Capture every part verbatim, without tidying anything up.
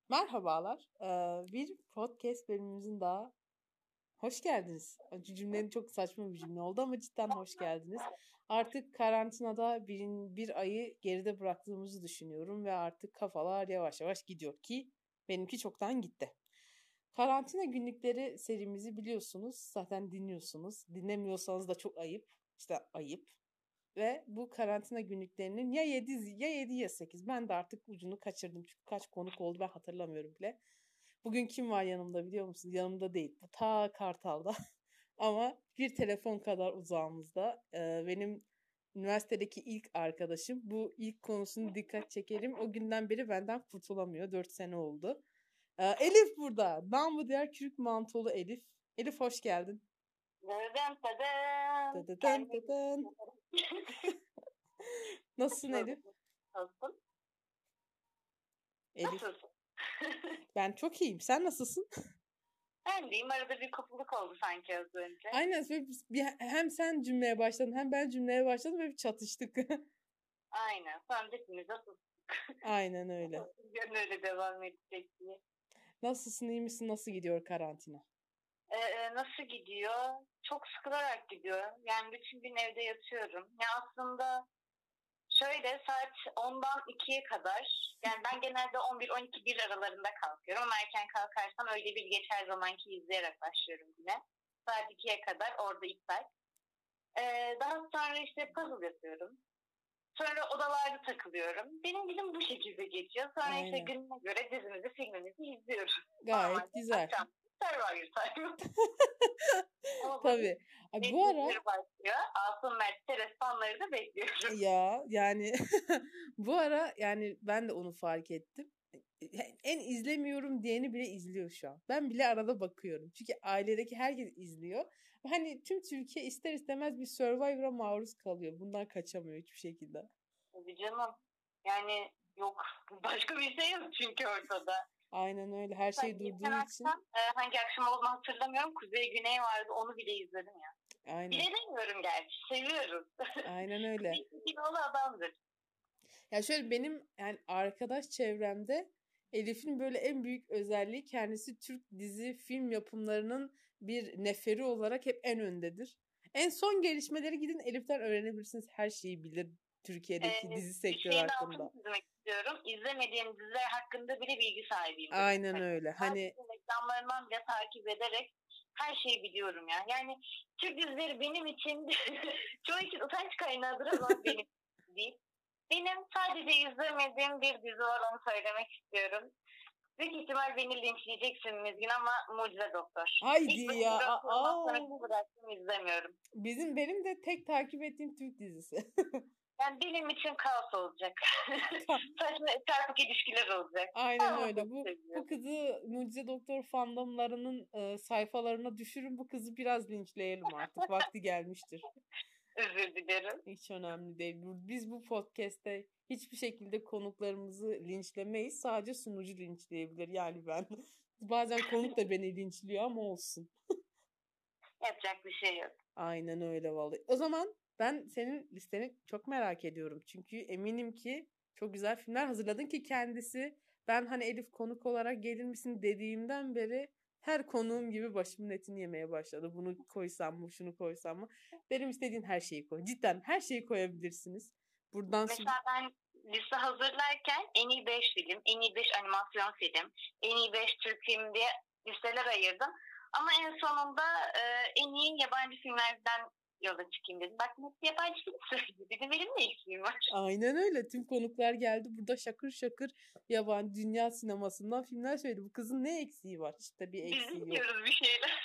Merhabalar. Ee, bir podcast bölümümüzün daha hoş geldiniz. Cümlenin çok saçma bir cümle oldu ama cidden hoş geldiniz. Artık karantinada bir, bir ayı geride bıraktığımızı düşünüyorum ve artık kafalar yavaş yavaş gidiyor ki benimki çoktan gitti. Karantina günlükleri serimizi biliyorsunuz. Zaten dinliyorsunuz. Dinlemiyorsanız da çok ayıp. İşte ayıp. Ve bu karantina günlüklerinin ya yedi ya yedi ya sekiz. Ben de artık ucunu kaçırdım. Çünkü kaç konuk oldu ben hatırlamıyorum bile. Bugün kim var yanımda biliyor musunuz? Yanımda değil. Bu ta Kartal'da. Ama bir telefon kadar uzağımızda. Ee, benim üniversitedeki ilk arkadaşım. Bu ilk konusunu dikkat çekelim. O günden beri benden kurtulamıyor. Dört sene oldu. Ee, Elif burada. Namı diğer Kürk Mantolu Elif. Elif hoş geldin. Dıdım dıdım. Dıdıdın dıdın. Nasılsın Elif? Nasılsın? Elif. Nasılsın? Ben çok iyiyim. Sen nasılsın? Ben deyim. Arada bir kopukluk oldu sanki az önce. Aynen. Bir, hem sen cümleye başladın hem ben cümleye başladım ve bir çatıştık. Aynen. Sonra hepimiz nasılsın? Aynen öyle. Yarın öyle devam edecek diye. Nasılsın? İyi misin? Nasıl gidiyor karantina? Ee, nasıl gidiyor? Çok sıkılarak gidiyor. Yani bütün gün evde yatıyorum. Ya aslında şöyle saat ondan ikiye kadar, yani ben genelde on bir on iki bir aralarında kalkıyorum ama erken kalkarsam öyle bir geçer zamanki izleyerek başlıyorum yine. Saat ikiye kadar orada iptal. Ee, daha sonra işte puzzle yapıyorum. Sonra odalarda takılıyorum. Benim günüm bu şekilde geçiyor. Sonra Aynen. işte gününe göre dizimizi, filmimizi izliyoruz. Gayet Normalde güzel. akşam Survivor time. Tabii. Abi, bu ara başlıyor. Asım Mert Teres fanları da bekliyorum. ya yani bu ara yani ben de onu fark ettim. En izlemiyorum diyeni bile izliyor şu an. Ben bile arada bakıyorum. Çünkü ailedeki herkes izliyor. Hani tüm Türkiye ister istemez bir Survivor'a maruz kalıyor. Bundan kaçamıyor hiçbir şekilde. Tabii canım. Yani yok. Başka bir şey yok çünkü ortada. Aynen öyle. Her şey durduğu için. Akşam, e, hangi akşam olduğunu hatırlamıyorum. Kuzey Güney vardı. Onu bile izledim ya. Aynen. Bilemiyorum gerçi. Seviyoruz. Aynen öyle. Kilolu adamdır. Ya şöyle benim yani arkadaş çevremde Elif'in böyle en büyük özelliği kendisi Türk dizi film yapımlarının bir neferi olarak hep en öndedir. En son gelişmeleri gidin Elif'ten öğrenebilirsiniz. Her şeyi bilir Türkiye'deki Ee, dizi sektörü bir şeyin hakkında. altını çizmek istiyorum. İzlemediğim diziler hakkında bile bilgi sahibiyim. Aynen yani. Öyle. Hani reklamlarından bile takip ederek her şeyi biliyorum ya. Yani Türk dizileri benim için çoğu için utanç kaynağıdır ama benim değil. Benim sadece izlemediğim bir dizi var, onu söylemek istiyorum. Büyük ihtimal beni linçleyeceksin Mizgin ama Mucize Doktor. Haydi İlk ya. Aa. Bıraktım, izlemiyorum. Bizim benim de tek takip ettiğim Türk dizisi. Yani benim için kaos olacak. Saçma çarpık ilişkiler olacak. Aynen tamam, öyle. Bu bu kızı Mucize Doktor fandomlarının e, sayfalarına düşürün. Bu kızı biraz linçleyelim artık. Vakti gelmiştir. Özür dilerim. Hiç önemli değil. Biz bu podcast'te hiçbir şekilde konuklarımızı linçlemeyiz. Sadece sunucu linçleyebilir. Yani ben. Bazen konuk da beni linçliyor ama olsun. Yapacak bir şey yok. Aynen öyle vallahi. O zaman ben senin listeni çok merak ediyorum. Çünkü eminim ki çok güzel filmler hazırladın ki kendisi. Ben hani Elif konuk olarak gelir misin dediğimden beri her konuğum gibi başımın etini yemeye başladı. Bunu koysam mı, şunu koysam mı? Benim istediğim her şeyi koy. Cidden her şeyi koyabilirsiniz. Buradan mesela ben liste hazırlarken en iyi beş film, en iyi beş animasyon film, en iyi beş Türk film diye listeler ayırdım. Ama en sonunda e, en iyi yabancı filmlerden yola çıkayım dedim. Bak nasıl yabancı film söyledi. Dedim benim ne eksiğim var? Aynen öyle. Tüm konuklar geldi. Burada şakır şakır yabancı dünya sinemasından filmler söyledi. Bu kızın ne eksiği var? İşte bir eksiği yok. Biz izliyoruz bir şeyler.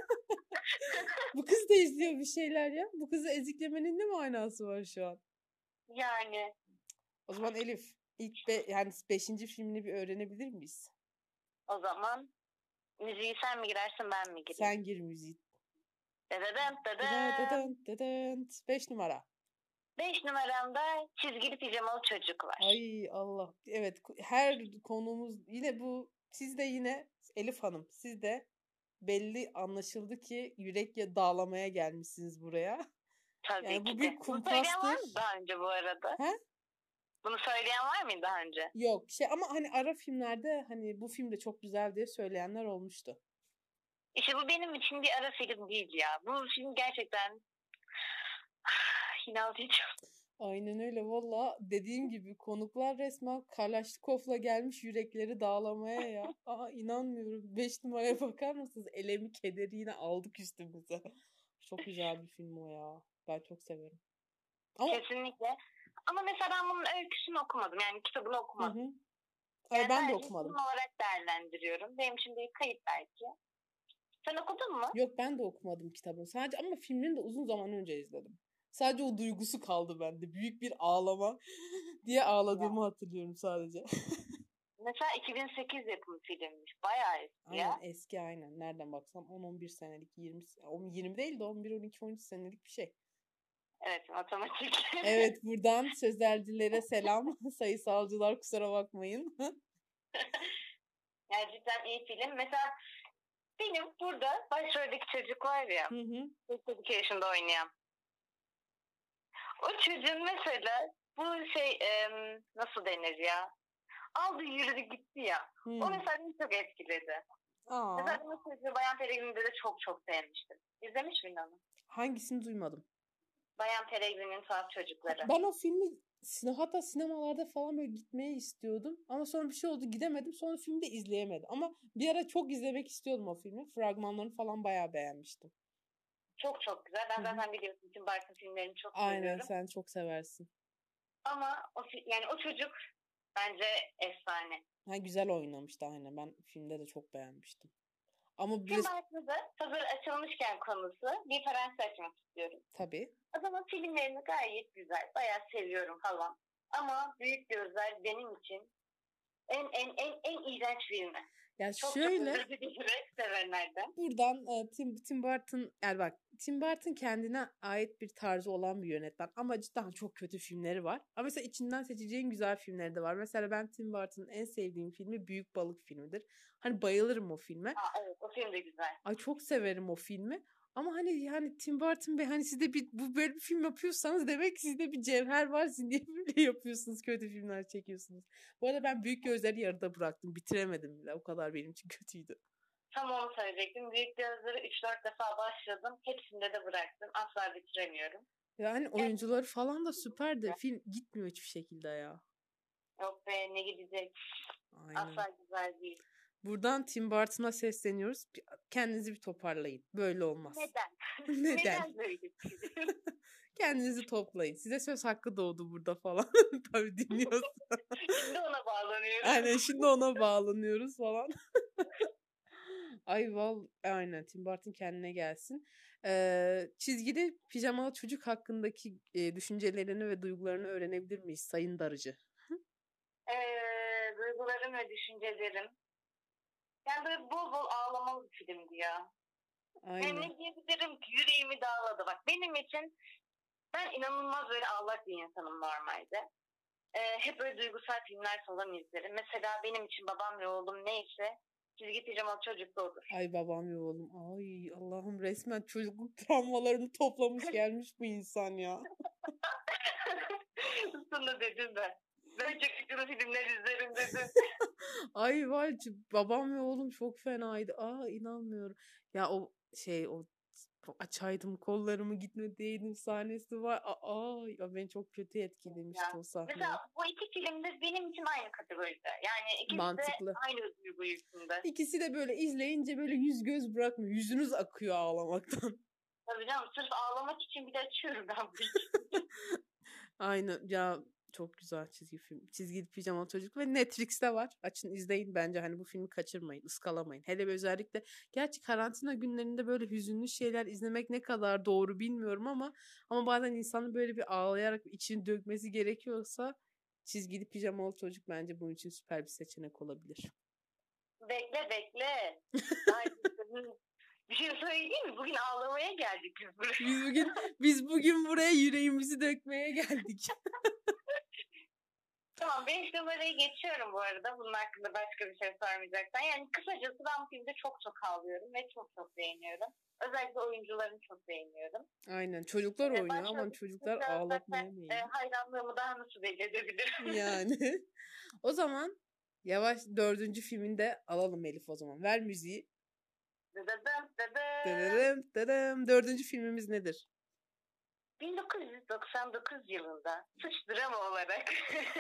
Bu kız da izliyor bir şeyler ya. Bu kızı eziklemenin ne manası var şu an? Yani. O zaman Elif ilk be, yani beşinci filmini bir öğrenebilir miyiz? O zaman müziği sen mi girersin ben mi gireyim? Sen gir müziği. Dededent dededent dededent. Beş numara. Beş numaramda çizgili pijamalı çocuk var. Ay Allah. Evet her konumuz yine bu. Siz de yine Elif Hanım siz de belli anlaşıldı ki yürek dağlamaya gelmişsiniz buraya. Tabii yani ki bu de. bir kumpastır. Bu söyleyen var mı daha önce bu arada? He? Bunu söyleyen var mıydı daha önce? Yok şey ama hani ara filmlerde hani bu film de çok güzel diye söyleyenler olmuştu. İşte bu benim için bir ara film değil ya. Bu film gerçekten inanılmaz. Aynen öyle valla dediğim gibi konuklar resmen Kalaşnikov'la gelmiş yürekleri dağlamaya ya. Aa inanmıyorum. Beş numaraya bakar mısınız? Elemi kederi yine aldık üstümüze. Çok güzel bir film o ya. Ben çok severim. Ama... Kesinlikle. Ama mesela ben bunun öyküsünü okumadım. Yani kitabını okumadım. Hı hı. Ay, yani ben de okumadım. Film olarak değerlendiriyorum. Benim için bir kayıp belki. Sen okudun mu? Yok ben de okumadım kitabını. Sadece ama filmini de uzun zaman önce izledim. Sadece o duygusu kaldı bende. Büyük bir ağlama diye ağladığımı ya. hatırlıyorum sadece. Mesela iki bin sekiz yapımı filmmiş. Bayağı eski aynen, ya. Eski aynen. Nereden baksam on on bir senelik, yirmi, yirmi değil de on bir on iki on üç senelik bir şey. Evet matematik. Evet buradan sözelcilere selam. Sayısalcılar kusura bakmayın. Yani cidden iyi film. Mesela benim burada başroldeki çocuk var ya. Hı hı. sekiz iki yaşında oynayan. O çocuğun mesela bu şey e, nasıl denir ya? Aldı yürüdü gitti ya. Hmm. O mesela beni çok etkiledi. Aa. Mesela bu çocuğu Bayan Peregrin'de de çok çok sevmiştim. İzlemiş miydin onu? Hangisini duymadım? Bayan Peregrin'in Tuhaf Çocukları. Ben o filmi hatta sinemalarda falan böyle gitmeyi istiyordum. Ama sonra bir şey oldu gidemedim. Sonra filmi de izleyemedim. Ama bir ara çok izlemek istiyordum o filmi. Fragmanlarını falan bayağı beğenmiştim. Çok çok güzel. Ben Hı-hı. zaten biliyorsun Tim Burton filmlerini çok Aynen, seviyorum. Aynen sen çok seversin. Ama o yani o çocuk bence efsane. Ha, güzel oynamıştı aynen. Ben filmde de çok beğenmiştim. Ama Tim biraz... Burton'da hazır açılmışken konusu bir parantez açmak istiyorum. Tabii. O zaman filmlerini gayet güzel. Bayağı seviyorum falan. Ama Büyük Gözler benim için en en en en iğrenç filmi. Ya çok şöyle çok sevenlerden. Buradan e, Tim, Tim Burton yani bak Tim Burton kendine ait bir tarzı olan bir yönetmen ama cidden çok kötü filmleri var. Ama mesela içinden seçeceğin güzel filmleri de var. Mesela ben Tim Burton'ın en sevdiğim filmi Büyük Balık filmidir. Hani bayılırım o filme. Aa, evet o film de güzel. Ay çok severim o filmi. Ama hani yani Tim Burton Bey hani siz de bir bu böyle bir film yapıyorsanız demek ki sizde bir cevher var. Siz niye böyle yapıyorsunuz? Kötü filmler çekiyorsunuz. Bu arada ben Büyük Gözleri yarıda bıraktım. Bitiremedim bile. O kadar benim için kötüydü. Tam onu söyleyecektim. Büyük Gözleri üç dört defa başladım. Hepsinde de bıraktım. Asla bitiremiyorum. Yani oyuncuları falan da süperdi. Film gitmiyor hiçbir şekilde ya. Yok be ne gidecek. Aynen. Asla güzel değil. Buradan Tim Burton'a sesleniyoruz. Kendinizi bir toparlayın. Böyle olmaz. Neden? Neden? Neden böyle? Kendinizi toplayın. Size söz hakkı doğdu burada falan. Tabii dinliyorsun. Şimdi ona bağlanıyoruz. Aynen şimdi ona bağlanıyoruz falan. Ay val aynen Tim Burton kendine gelsin. Ee, çizgili pijamalı çocuk hakkındaki e, düşüncelerini ve duygularını öğrenebilir miyiz Sayın Darıcı? ee, duygularım ve düşüncelerim. Yani böyle bol bol ağlamalı bir filmdi ya. Aynen. Yani ne diyebilirim ki yüreğimi dağladı. Bak benim için ben inanılmaz böyle ağlak bir insanım normalde. Ee, hep böyle duygusal filmler falan izlerim. Mesela benim için Babam ve Oğlum neyse çizgi pijamalı çocuklu olur. Ay babam ve oğlum. Ay Allah'ım resmen çocukluk travmalarını toplamış gelmiş bu insan ya. Sana dedim ben. Ben çocuklu filmler izlerim dedim. Ay vay babam ve oğlum çok fenaydı. Aa inanmıyorum. Ya o şey o açaydım kollarımı gitmedeydim sahnesi var. Aa ya beni çok kötü etkilemişti ya. O sahne. Mesela bu iki filmde benim için aynı kategoride. Yani ikisi Mantıklı. de aynı duygu yüzünde. İkisi de böyle izleyince böyle yüz göz bırakmıyor. Yüzünüz akıyor ağlamaktan. Tabii canım sırf ağlamak için bile açıyorum ben bu Aynen ya çok güzel çizgi film. Çizgili pijamalı çocuk ve Netflix'te var. Açın izleyin bence hani bu filmi kaçırmayın, ıskalamayın. Hele özellikle gerçi karantina günlerinde böyle hüzünlü şeyler izlemek ne kadar doğru bilmiyorum ama ama bazen insanın böyle bir ağlayarak içini dökmesi gerekiyorsa çizgili pijamalı çocuk bence bunun için süper bir seçenek olabilir. Bekle bekle. Bir şey söyleyeyim mi? Bugün ağlamaya geldik biz buraya. Biz bugün, biz bugün buraya yüreğimizi dökmeye geldik. Tamam, beş numarayı geçiyorum bu arada. Bunun hakkında başka bir şey sormayacaksan. Yani kısacası ben filmde çok çok ağlıyorum ve çok çok beğeniyorum. Özellikle oyuncularını çok beğeniyorum. Aynen. Çocuklar Ee, oynuyor ama çocuklar ağlatmaya zaten e, meyilli. hayranlığımı daha nasıl belli edebilirim? Yani. O zaman yavaş dördüncü filmini de alalım Elif o zaman. Ver müziği. Dıdıdım, dıdım. Dıdıdım, dıdım. Dördüncü filmimiz nedir? bin dokuz yüz doksan dokuz yılında suç drama olarak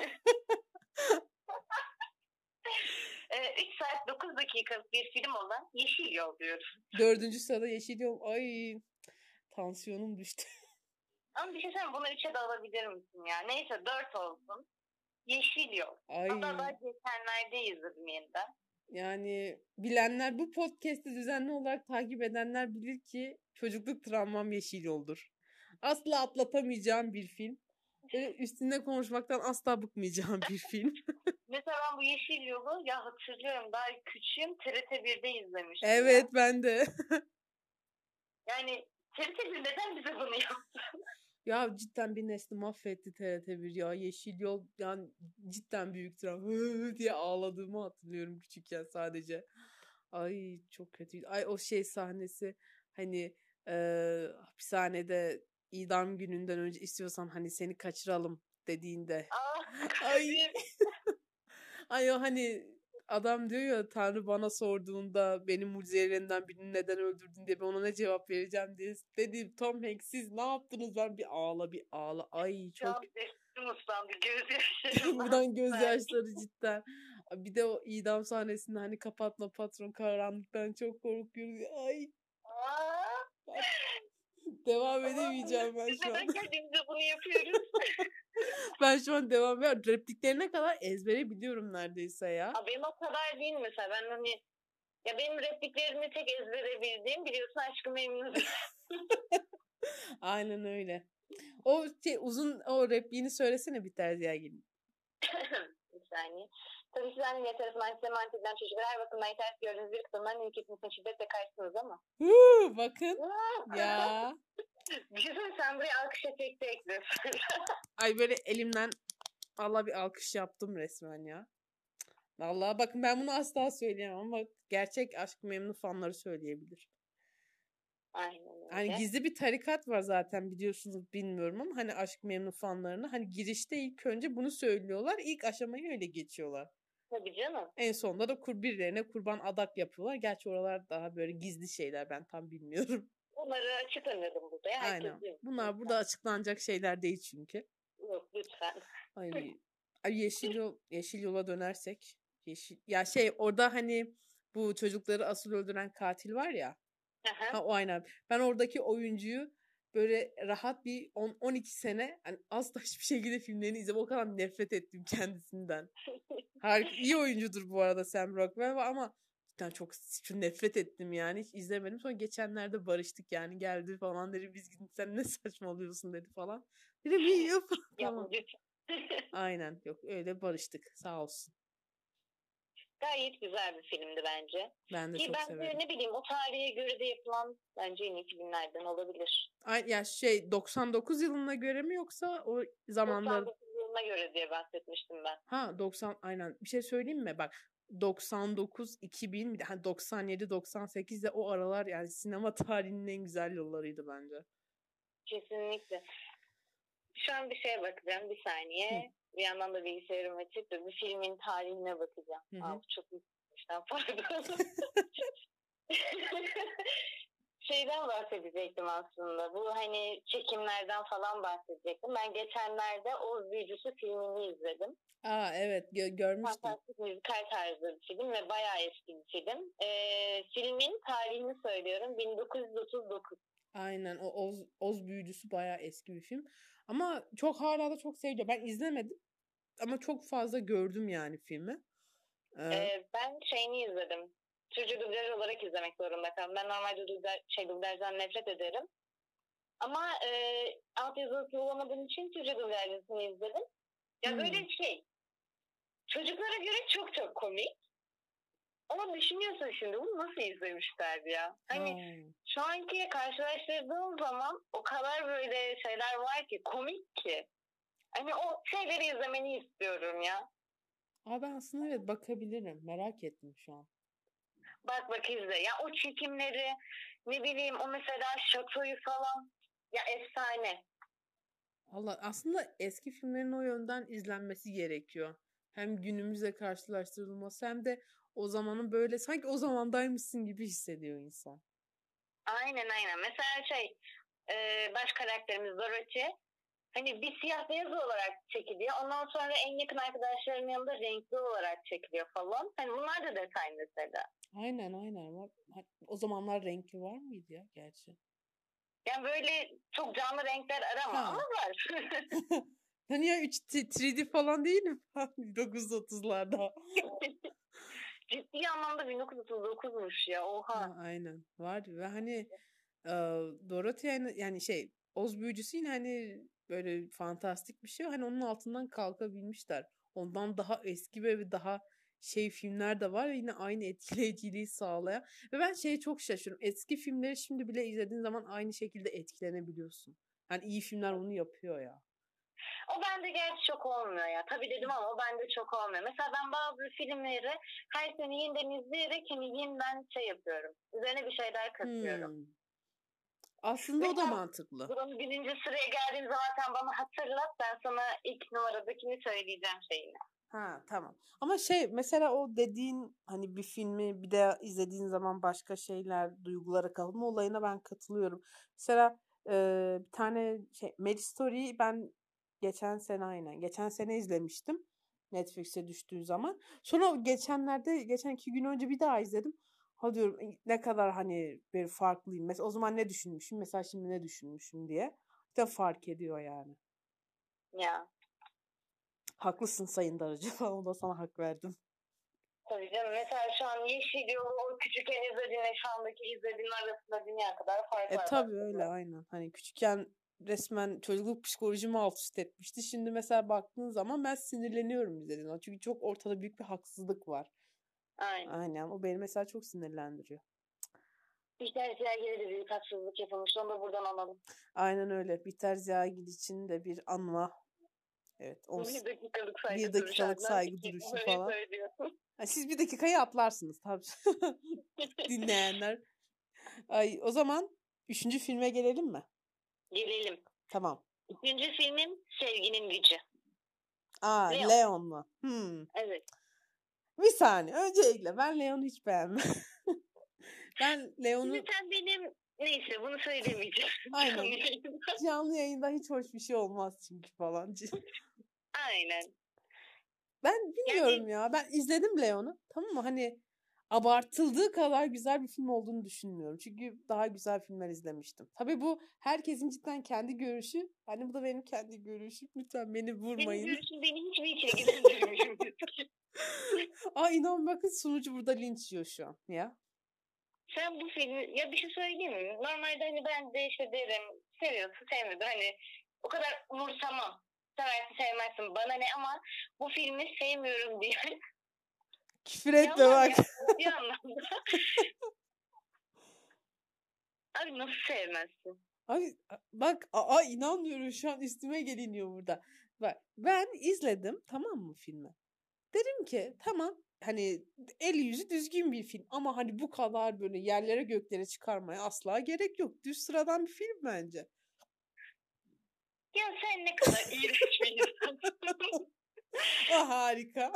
üç saat dokuz dakikalık bir film olan Yeşil Yol diyoruz. Dördüncü sırada Yeşil Yol. Ay tansiyonum düştü. Ama bir şey söyleyeyim, bunu üçe de alabilir misin ya? Neyse dört olsun. Yeşil Yol. Ay. Hatta daha geçenlerde izledim yeniden. Yani bilenler, bu podcast'i düzenli olarak takip edenler bilir ki çocukluk travmam Yeşil Yol'dur. Asla atlatamayacağım bir film. Ve üstünde konuşmaktan asla bıkmayacağım bir film. Mesela ben bu Yeşil Yol'u ya hatırlıyorum, daha küçüğüm, T R T birde izlemiştim. Evet ya. ben de. Yani T R T bir neden bize bunu yaptı? Ya cidden bir nesli mahvetti T R T bir ya. Yeşil Yol yani cidden büyük travma diye ağladığımı hatırlıyorum küçükken sadece. Ay çok kötüydü. Ay o şey sahnesi hani e, hapishanede idam gününden önce istiyorsan hani seni kaçıralım dediğinde. Aa, Ay. Ay o hani adam diyor ya Tanrı bana sorduğunda benim mucizelerinden birini neden öldürdün diye ben ona ne cevap vereceğim diye dedim. Tom Hanks siz ne yaptınız? Ben bir ağla bir ağla. Ay çok. Şu ıslandı gözyaşlarım. Buradan gözyaşları cidden. Bir de o idam sahnesinde hani kapatma patron karanlıktan çok korkuyoruz. Ay. Bak, devam edemeyeceğim ben şu an. Neden kendimize bunu yapıyoruz? Ben şu an devam ediyorum. Repliklerine kadar ezbere biliyorum neredeyse ya. Abi benim o kadar değil mesela. Ben hani ya benim repliklerimi tek ezbere bildiğim, biliyorsun, Aşk-ı Memnu. Aynen öyle. O şey, uzun o repliğini söylesene bir terziye gelin. Bir saniye. Tabii sizden yeteriz maalesef mantıktan çocuklar her bakımdan yetersiz gördüğünüz bir kısımdan ülkesinin şiddetle karşısınız ama. Huu, bakın. Ya. Bir şey söyleyeyim, sen buraya alkış efekti ekliyorsun. Ay böyle elimden Allah bir alkış yaptım resmen ya. Vallahi bakın ben bunu asla söyleyemem ama gerçek Aşk-ı Memnu fanları söyleyebilir. Aynen öyle. Hani gizli bir tarikat var zaten biliyorsunuz bilmiyorum ama hani Aşk-ı Memnu fanlarını hani girişte ilk önce bunu söylüyorlar. İlk aşamayı öyle geçiyorlar. Tabii canım. En sonunda da kur birilerine kurban adak yapıyorlar. Gerçi oralar daha böyle gizli şeyler ben tam bilmiyorum. Bunları açıklanalım burada. Ya. Aynen. Bunlar burada açıklanacak şeyler değil çünkü. Yok lütfen. Ay, ay yeşil yol, yeşil yola dönersek. Yeşil, ya şey orada hani bu çocukları asıl öldüren katil var ya. Ha o aynen. Ben oradaki oyuncuyu böyle rahat bir on on iki sene hani asla hiçbir şekilde filmlerini izledim. O kadar nefret ettim kendisinden. Harika. İyi oyuncudur bu arada Sam Rockwell ama cidden çok nefret ettim yani. Hiç izlemedim. Sonra geçenlerde barıştık yani. Geldi falan dedi. Biz gidin sen ne saçmalıyorsun dedi falan. Dedim iyi yap. Tamam. Aynen. Yok öyle barıştık. Sağ olsun. Gayet güzel bir filmdi bence. Ben de Ki çok ben severim. ne bileyim o tarihe göre de yapılan bence en iyi filmlerden olabilir. Ay, ya şey doksan dokuz yılına göre mi yoksa o zamanlar? doksan dokuz yılına göre diye bahsetmiştim ben. Ha doksan aynen. Bir şey söyleyeyim mi? Bak doksan dokuz iki bin hani doksan yedi doksan sekiz de o aralar yani sinema tarihinin en güzel yıllarıydı bence. Kesinlikle. Şu an bir şeye bakacağım bir saniye. Hı. Bir yandan da bilgisayarımı açıp da bir filmin tarihine bakacağım. Hı hı. Aa, çok üzülmüşten pardon. Şeyden bahsedecektim aslında. Bu hani çekimlerden falan bahsedecektim. Ben geçenlerde Oz Büyücüsü filmini izledim. Aa evet gö- görmüştüm. Fantastik müzikal tarzı bir film ve bayağı eski bir film. Ee, filmin tarihini söylüyorum. bin dokuz yüz otuz dokuz. Aynen o Oz, Oz Büyücüsü bayağı eski bir film. Ama çok hala da çok seviliyor. Ben izlemedim ama çok fazla gördüm yani filmi. Ee, ee, ben şeyini izledim. Türkçe dublaj olarak izlemek zorunda kaldım. Ben normalde dublaj, şey, dublajdan nefret ederim. Ama e, altyazısı olamadığım için Türkçe dublajını izledim. Ya hmm. böyle şey, çocuklara göre çok çok komik. Ama düşünüyorsun şimdi bunu nasıl izlemişler ya? Hani hmm. şu anki karşılaştırdığım zaman o kadar böyle şeyler var ki, komik ki. Hani o şeyleri izlemeni istiyorum ya. Aa, ben aslında evet bakabilirim. Merak ettim şu an. Bak bak izle. Ya o çekimleri, ne bileyim, o mesela şatoyu falan. Ya efsane. Allah, aslında eski filmlerin o yönden izlenmesi gerekiyor. Hem günümüzle karşılaştırılması hem de o zamanın böyle sanki o zamandaymışsın gibi hissediyor insan. Aynen aynen. Mesela şey, e, baş karakterimiz Dorothy. Hani bir siyah beyaz olarak çekiliyor. Ondan sonra en yakın arkadaşlarının yanında renkli olarak çekiliyor falan. Hani bunlar da detay mesela. Aynen aynen. O zamanlar renkli var mıydı ya gerçi? Yani böyle çok canlı renkler arama Ha. ama var. Hani ya üç D falan değil mi? dokuz yüz otuzlarda. Ciddi anlamda bin dokuz yüz otuz dokuzmuş ya. Oha. Ha, aynen. Var ve hani e, Dorothy yani, yani şey Oz büyücüsü yine hani böyle fantastik bir şey. Hani onun altından kalkabilmişler. Ondan daha eski ve daha şey filmler de var ve yine aynı etkileyiciliği sağlayan. Ve ben şeye çok şaşırıyorum. Eski filmleri şimdi bile izlediğin zaman aynı şekilde etkilenebiliyorsun. Hani iyi filmler onu yapıyor ya. O bende gerçi çok olmuyor ya. Tabii dedim ama o bende çok olmuyor. Mesela ben bazı filmleri her sene yeniden izleyerek hani yeniden şey yapıyorum. Üzerine bir şeyler katıyorum. Hmm. Aslında o da Mesela mantıklı. buranın birinci sıraya geldiğim zaman sen bana hatırlat. Ben sana ilk numaradakini söyleyeceğim şeyini. Ha, tamam. Ama şey mesela o dediğin hani bir filmi bir de izlediğin zaman başka şeyler, duygulara kalma olayına ben katılıyorum. Mesela e, bir tane şey Mad Story'yi ben geçen sene aynen geçen sene izlemiştim. Netflix'e düştüğü zaman. Sonra geçenlerde geçen iki gün önce bir daha izledim. Ha diyorum ne kadar hani bir farklıyım. Mesela o zaman ne düşünmüşüm? Mesela şimdi ne düşünmüşüm diye. Bir de fark ediyor yani. Ya. Haklısın Sayın Darıcı falan. O da sana hak verdim. Tabii canım. Mesela şu an Yeşil Yol, o küçükken izlediğinle şu andaki izlediğin arasında dünya kadar fark E var tabii öyle baktığında. aynen. Hani küçükken resmen çocukluk psikolojimi alt üst etmişti. Şimdi mesela baktığın zaman ben sinirleniyorum izlediğim zaman. Çünkü çok ortada büyük bir haksızlık var. Aynen. Aynen. O beni mesela çok sinirlendiriyor. İşler sergide de büyük haksızlık yapılmış. Onu da buradan alalım. Aynen öyle. Bihter Ziyagil için de bir anma. Evet. On, Bir dakikalık bir saygı duruşu dakikalık Adnan. saygı Peki, duruşu böyle falan. söylüyorsun. Ha, siz bir dakikayı atlarsınız tabii. Dinleyenler. Ay, o zaman üçüncü filme gelelim mi? Gelelim. Tamam. Üçüncü filmim Sevginin Gücü. Aa, Leon. Leon mu? Hmm. Evet. Bir saniye. Öncelikle ben Leon'u hiç beğenmem. Ben Leon'u Şimdi sen benim, neyse bunu söylemeyeceğim. aynen canlı yayında hiç hoş bir şey olmaz çünkü falan. Aynen. Ben bilmiyorum Yani ya. Ben izledim Leon'u. Tamam mı? Hani abartıldığı kadar güzel bir film olduğunu düşünmüyorum. Çünkü daha güzel filmler izlemiştim. Tabii bu herkesin cidden kendi görüşü. Hani bu da benim kendi görüşüm. Lütfen beni senin vurmayın. görüşün beni hiçbir işe ilgilendirmiyor. Aa, inan bakın sunucu burada linç yiyor şu an ya. Sen bu filmi, ya bir şey söyleyeyim mi? Normalde hani ben de işte derim, seviyorsun sevmiyorsun, hani o kadar umursamam. Seversin sevmezsin bana ne, ama bu filmi sevmiyorum diye. Küfür etme Yalan bak. ya, bir anlamda. Abi nasıl sevmezsin? Abi bak aa inanmıyorum şu an üstüme geliniyor burada. Bak ben izledim tamam mı filmi? Dedim ki tamam hani eli yüzü düzgün bir film ama hani bu kadar böyle yerlere göklere çıkarmaya asla gerek yok. Düz sıradan bir film bence. Ya sen ne kadar iğrenç bir insansın. Ah harika.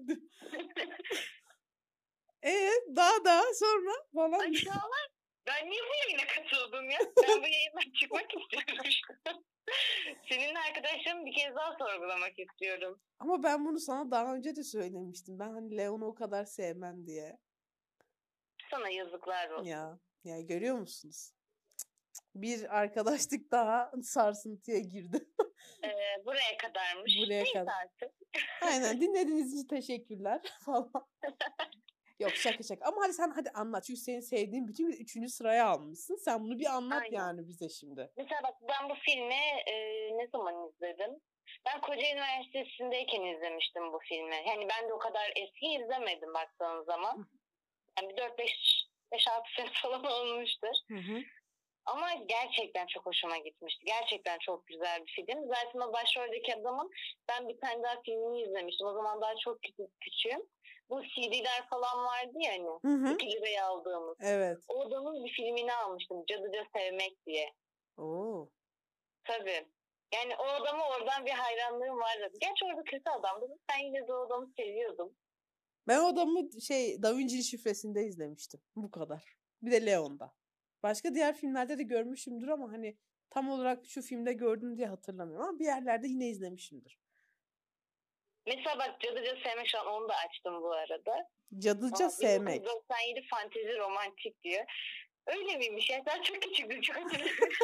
E daha daha sonra falan. Aşağılar. Ben niye bu yayına katıldım ya? Ben bu yayından çıkmak istiyorum şu an. Seninle arkadaşlarımı bir kez daha sorgulamak istiyorum. Ama ben bunu sana daha önce de söylemiştim. Ben hani Leon'u o kadar sevmem diye. Sana yazıklar olsun. Ya ya görüyor musunuz? Bir arkadaşlık daha sarsıntıya girdi. Ee, buraya kadarmış. Buraya Neyse kadar. artık. Aynen dinlediğiniz için teşekkürler falan. Yok şaka şaka. Ama hadi sen hadi anlat. Çünkü senin sevdiğin bütün bir üçüncü sıraya almışsın. Sen bunu bir anlat Aynen. yani bize şimdi. Mesela bak, ben bu filmi e, ne zaman izledim? Ben Kocaeli Üniversitesi'ndeyken izlemiştim bu filmi. Yani ben de o kadar eski izlemedim baktığın zaman. Yani dört beş beş altı sene falan olmuştur. Hı hı. Ama gerçekten çok hoşuma gitmişti. Gerçekten çok güzel bir film. Zaten o başroldeki adamın ben bir tane daha filmini izlemiştim. O zaman daha çok küçük, küçüğüm. Bu C D'ler falan vardı ya hani. Hı hı. iki liraya aldığımız. Evet. O adamın bir filmini almıştım. Cadıca Sevmek diye. Oo. Tabii. Yani o adamı oradan bir hayranlığım vardı. Gerçi orada kötü adamdı. Ben yine de o adamı seviyordum. Ben o adamı şey Da Vinci'nin Şifresi'nde izlemiştim. Bu kadar. Bir de Leon'da. Başka diğer filmlerde de görmüşümdür ama hani tam olarak şu filmde gördüm diye hatırlamıyorum ama bir yerlerde yine izlemişimdir. Mesela bak Cadıca Sevmek, şu an onu da açtım bu arada. Cadıca Aa, Sevmek. bin dokuz yüz doksan yedi fantezi romantik diyor. Öyle miymiş ya? Sen çok küçüktün, çok hatırlamıyorum.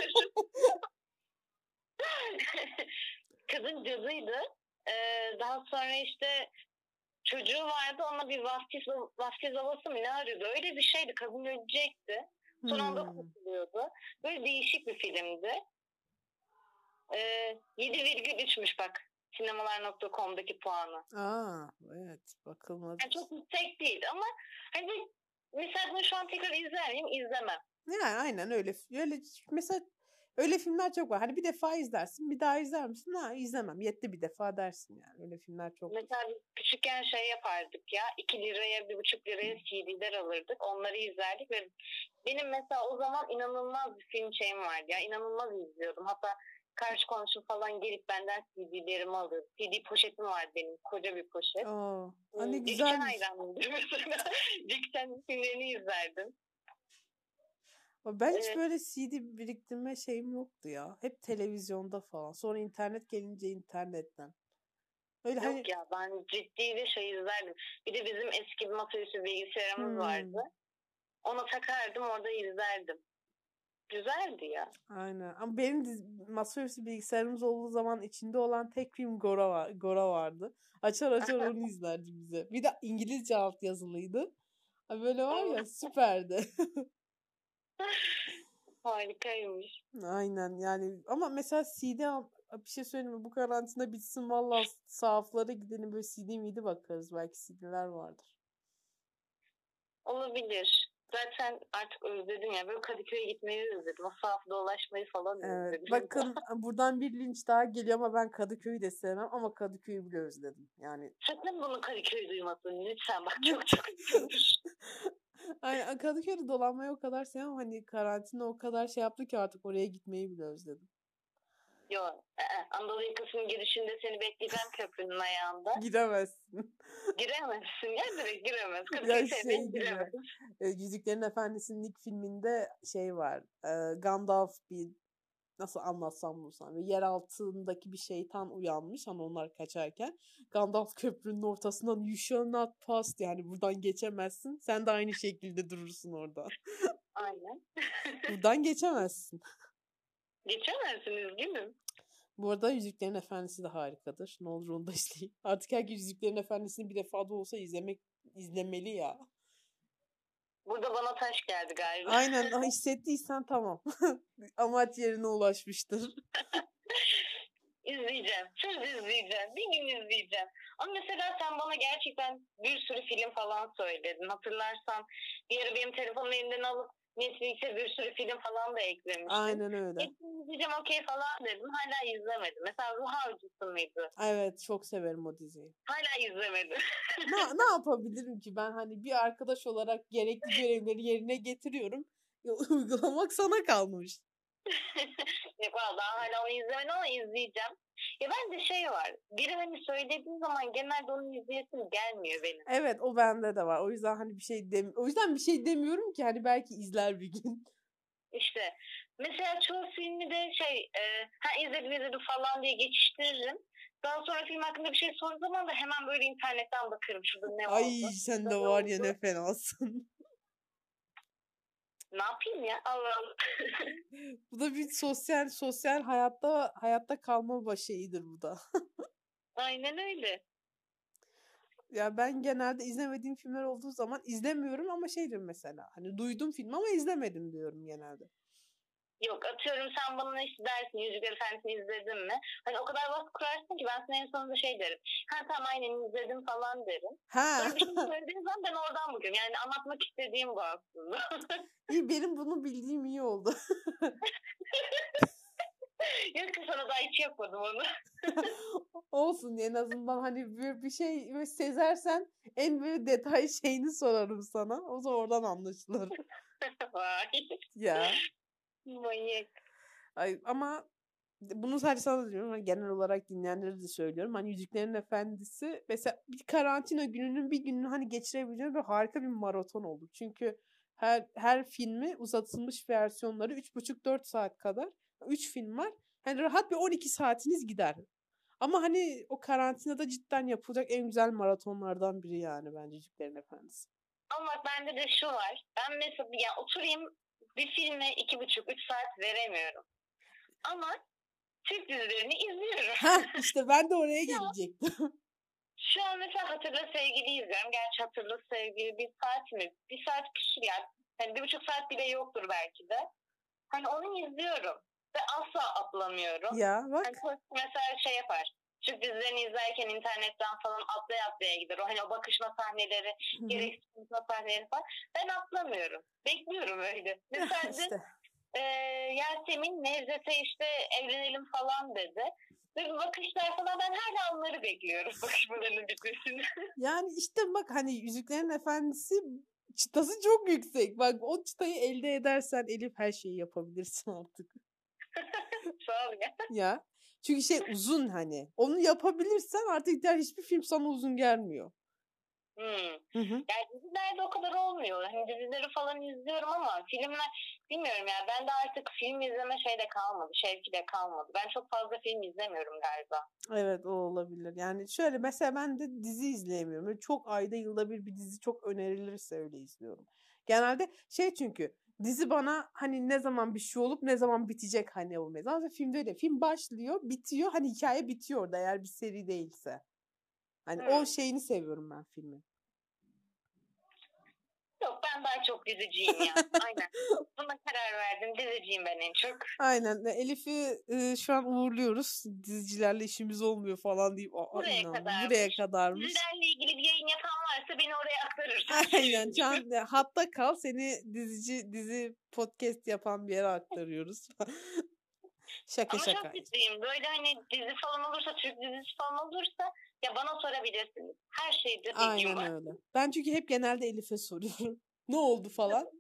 Kadın cadıydı. Ee, daha sonra işte çocuğu vardı, ona bir vaftiz, vaftiz babası mı ne arıyordu? Öyle bir şeydi. Kadın ölecekti. Son anda Hmm. kurtuluyordu. Böyle değişik bir filmdi. Ee, yedi virgül üçmüş bak. sinemalar nokta com'daki puanı. Aa, evet bakılmadı. Yani çok yüksek değil ama hani mesela bunu şu an tekrar izler miyim? İzlemem. Yani aynen öyle. Öyle mesela öyle filmler çok var. Hani bir defa izlersin, bir daha izler misin? Ha, izlemem. Yetti bir defa dersin yani. Öyle filmler çok. Mesela biz küçükken şey yapardık ya. iki liraya, bir buçuk liraya C D'ler alırdık. Onları izlerdik ve benim mesela o zaman inanılmaz bir film şeyim vardı ya. İnanılmaz izliyordum. Hatta karşı komşum falan gelip benden C D'lerimi alıyordu. C D poşetim vardı benim. Koca bir poşet. Aa, hani Jack Chan güzelmiş. hayranımdır mesela. Jack Chan filmlerini izlerdim. Ben hiç Evet. böyle C D biriktirme şeyim yoktu ya. Hep televizyonda falan. Sonra internet gelince internetten. Öyle Yok hani ya, ben ciddi bir şey izlerdim. Bir de bizim eski bir masaüstü bilgisayarımız hmm, vardı. Onu takardım, orada izlerdim. Güzeldi ya. aynen. Ama benim diz- masaüstü bilgisayarımız olduğu zaman içinde olan tek film Gora var, Gora vardı. Açar açar onu izlerdi bize. Bir de İngilizce alt yazılıydı. Ha, böyle var ya süperdi. Harikaymış. Aynen yani ama mesela C D al, bir şey söyleyeyim mi? Bu karantina bitsin valla sahaflara gidelim böyle C D miydi bakarız. Belki C D'ler vardır. Olabilir. Zaten artık özledim ya. Böyle Kadıköy'e gitmeyi özledim. O sahafta dolaşmayı falan Evet. özledim. Bakın buradan bir linç daha geliyor ama ben Kadıköy'ü de sevmem ama Kadıköy'ü bile özledim. Yani Sakın bunu Kadıköy duymasın. Lütfen bak, çok çok üzülür. aynen Kadıköy'de dolanmayı o kadar sevmem. Hani karantina o kadar şey yaptı ki artık oraya gitmeyi bile özledim. Yok. Anadolu yakasının girişinde seni bekleyeceğim, köprünün ayağında. Gidemezsin. Giremezsin ya, direkt giremez. Ya Kadıköy'ü şey sevmeyen gibi. giremez. e, Yüzüklerin Efendisi'nin ilk filminde şey var. e, Gandalf bir nasıl anlatsam bunu sana. Yer altındaki bir şeytan uyanmış hani onlar kaçarken. Gandalf köprünün ortasından you shall not pass yani buradan geçemezsin. Sen de aynı şekilde durursun orada. Aynen. Buradan geçemezsin. Geçemezsin, üzgünüm. Bu arada Yüzüklerin Efendisi de harikadır. Ne olur onu da izleyin. Artık herkes Yüzüklerin Efendisi'ni bir defa da olsa izlemek izlemeli ya. Burada bana taş geldi galiba. Aynen ah, hissettiysen tamam. Amaç yerine ulaşmıştır. İzleyeceğim. Söz izleyeceğim. Bir gün izleyeceğim. Ama mesela sen bana gerçekten bir sürü film falan söyledin. Hatırlarsan bir ara benim telefonumu elimden alıp Netflix'e bir sürü film falan da eklemiştin. Aynen öyle. Hepsini izleyeceğim okey falan dedim. Hala izlemedim. Mesela Ruh Avcısı mıydı? Evet çok severim o diziyi. Hala izlemedim. Ne, ne yapabilirim ki ben hani bir arkadaş olarak gerekli görevleri yerine getiriyorum. Uygulamak sana kalmış. Yok valla hala onu izlemedim ama izleyeceğim. Ya bende şey var. Biri hani söylediği zaman genelde onu izleyesim gelmiyor benim. Evet o bende de var. O yüzden hani bir şey dem o yüzden bir şey demiyorum ki hani belki izler bir gün. İşte mesela çoğu filmi de şey e, ha izledim izledim falan diye geçiştiririm. Daha sonra film hakkında bir şey sorduğu zaman da hemen böyle internetten bakarım şurada ne Ay oldu. sen de Ne var ya oldu? ne fenasın. Ne yapayım ya? Allah Allah. Bu da bir sosyal sosyal hayatta hayatta kalma şeyidir bu da. Aynen öyle. Ya ben genelde izlemediğim filmler olduğu zaman izlemiyorum ama şeydir mesela. Hani duydum film ama izlemedim diyorum genelde. Yok, atıyorum sen bana işte dersin Yüzükler Efendisi'ni izledin mi? Hani o kadar baskı kurarsın ki ben sana en sonunda şey derim. Ha tamam aynen izledim falan derim. Ha. Sonra bir şey söylediğin zaman ben oradan bakıyorum. Yani anlatmak istediğim bu aslında. İyi, benim bunu bildiğim iyi oldu. Yok ki sana daha hiç yapmadım onu. Olsun, en azından hani bir, bir şey böyle sezersen en böyle detay şeyini sorarım sana. O zaman oradan anlaşılır. Vay. Ya. Manyak. Ay, ama bunu sadece sana da diyorum. Hani genel olarak dinleyenlere de söylüyorum. Hani Yüzüklerin Efendisi mesela bir karantina gününün bir gününü hani geçirebileceğim ve harika bir maraton oldu. Çünkü her her filmi uzatılmış versiyonları üç buçuk dört saat kadar. üç film var. Hani rahat bir on iki saatiniz gider. Ama hani o karantinada cidden yapılacak en güzel maratonlardan biri yani bence Yüzüklerin Efendisi. Ama bende de şu var. Ben mesela ya oturayım bir filme iki buçuk üç saat veremiyorum. Ama Türk dizilerini izliyorum. Heh, işte ben de oraya Ya, gelecektim. şu an mesela Hatırla Sevgili izliyorum. Gerçi Hatırla Sevgili bir saat mi? Bir saat küsur yani. Hani bir buçuk saat bile yoktur belki de. Hani onu izliyorum. Ve asla atlamıyorum. Ya bak. Hani mesela şey yapar. Türk dizilerini izlerken internetten falan atlaya atlaya gider. O hani o bakışma sahneleri, gereksiz bakışma sahneleri falan. Ben atlamıyorum. Bekliyorum öyle. Mesela işte. e, Yasemin Nevzat'e işte evlenelim falan dedi. Ve bakışlar falan ben hala onları bekliyorum. Bakışmalarının bitmesini. Yani işte bak hani Yüzüklerin Efendisi çıtası çok yüksek. Bak o çıtayı elde edersen Elif her şeyi yapabilirsin artık. Sağ ol ya. Ya. Çünkü şey uzun hani. Onu yapabilirsen artık diğer hiçbir film sana uzun gelmiyor. Hmm. Hı hı. Yani dizilerde o kadar olmuyor. Hani dizileri falan izliyorum ama filmler bilmiyorum ya. Ben de artık film izleme şey de kalmadı. Şevki de kalmadı. Ben çok fazla film izlemiyorum galiba. Evet, o olabilir. Yani şöyle mesela ben de dizi izleyemiyorum. Böyle çok ayda yılda bir bir dizi çok önerilirse öyle izliyorum. Genelde şey çünkü dizi bana hani ne zaman bir şey olup ne zaman bitecek hani o mesela. Ve filmde öyle. Film başlıyor, bitiyor. Hani hikaye bitiyor orada eğer bir seri değilse. Hani o Hmm. şeyini seviyorum ben filmin. Yok ben daha çok diziciyim ya. Aynen. Buna karar verdim. Diziciyim ben en çok. Aynen. Elif'i e, şu an uğurluyoruz. Dizicilerle işimiz olmuyor falan deyip aa Buraya inandım. Buraya kadarmış. kadarmış. Dizilerle ilgili bir yayın yapan varsa beni oraya aktarırsan Aynen. Şu sevinirim. an e, hatta kal, seni dizici dizi podcast yapan bir yere aktarıyoruz. Şaka Ama çok şaka. ciddiyim. Böyle hani dizi falan olursa, Türk dizisi falan olursa ya bana sorabilirsiniz. Her şeyde bilgim Aynen var. öyle. Ben çünkü hep genelde Elif'e soruyorum. Ne oldu falan.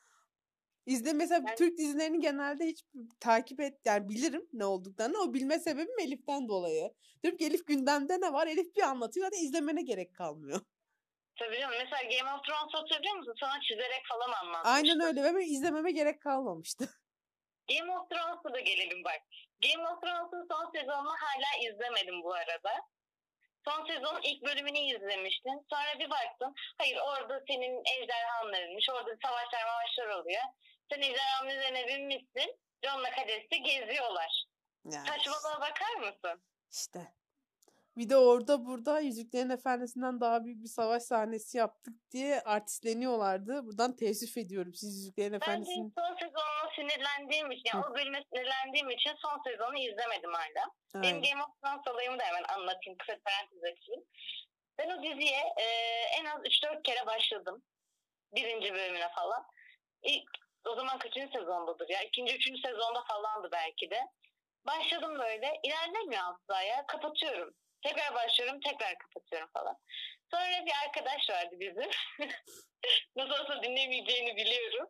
İzle mesela Yani Türk dizilerini genelde hiç takip et yani bilirim ne olduklarını. O bilme sebebim Elif'ten dolayı. Diyorum ki Elif gündemde ne var? Elif bir anlatıyor. Zaten izlemene gerek kalmıyor. tabii canım. Mesela Game of Thrones hatırlıyor musun? Sana çizerek falan Aynen anlatmıştım. öyle ve benim izlememe gerek kalmamıştı. Game of Thrones'a da gelelim bak. Game of Thrones'un son sezonunu hala izlemedim bu arada. Son sezonun ilk bölümünü izlemiştim. Sonra bir baktım. Hayır orada senin ejderhanlarınmış. Orada savaşlar mavaşlar oluyor. Sen ejderhanın üzerine binmişsin. Jon'la Khaleesi geziyorlar. Yani Saçmalığa bakar mısın? işte. Bir de orada burada Yüzüklerin Efendisi'nden daha büyük bir savaş sahnesi yaptık diye artistleniyorlardı. Buradan teessüf ediyorum. Siz Yüzüklerin Ben de Efendisi'nin... son sezonuna sinirlendiğim için, yani Hı, o bölüme sinirlendiğim için son sezonu izlemedim hala. Benim aynen. Game of Thrones olayımı da hemen anlatayım, kısa parantez açayım. Ben o diziye e, en az üç dört kere başladım. Birinci bölümüne falan. İlk, o zaman kaçıncı sezondadır ya? İkinci, üçüncü sezonda falandı belki de. Başladım böyle. İlerlemiyor asla ya. Kapatıyorum. Tekrar başlıyorum, tekrar kapatıyorum falan. Sonra bir arkadaş vardı bizim. Nasıl olsa dinlemeyeceğini biliyorum.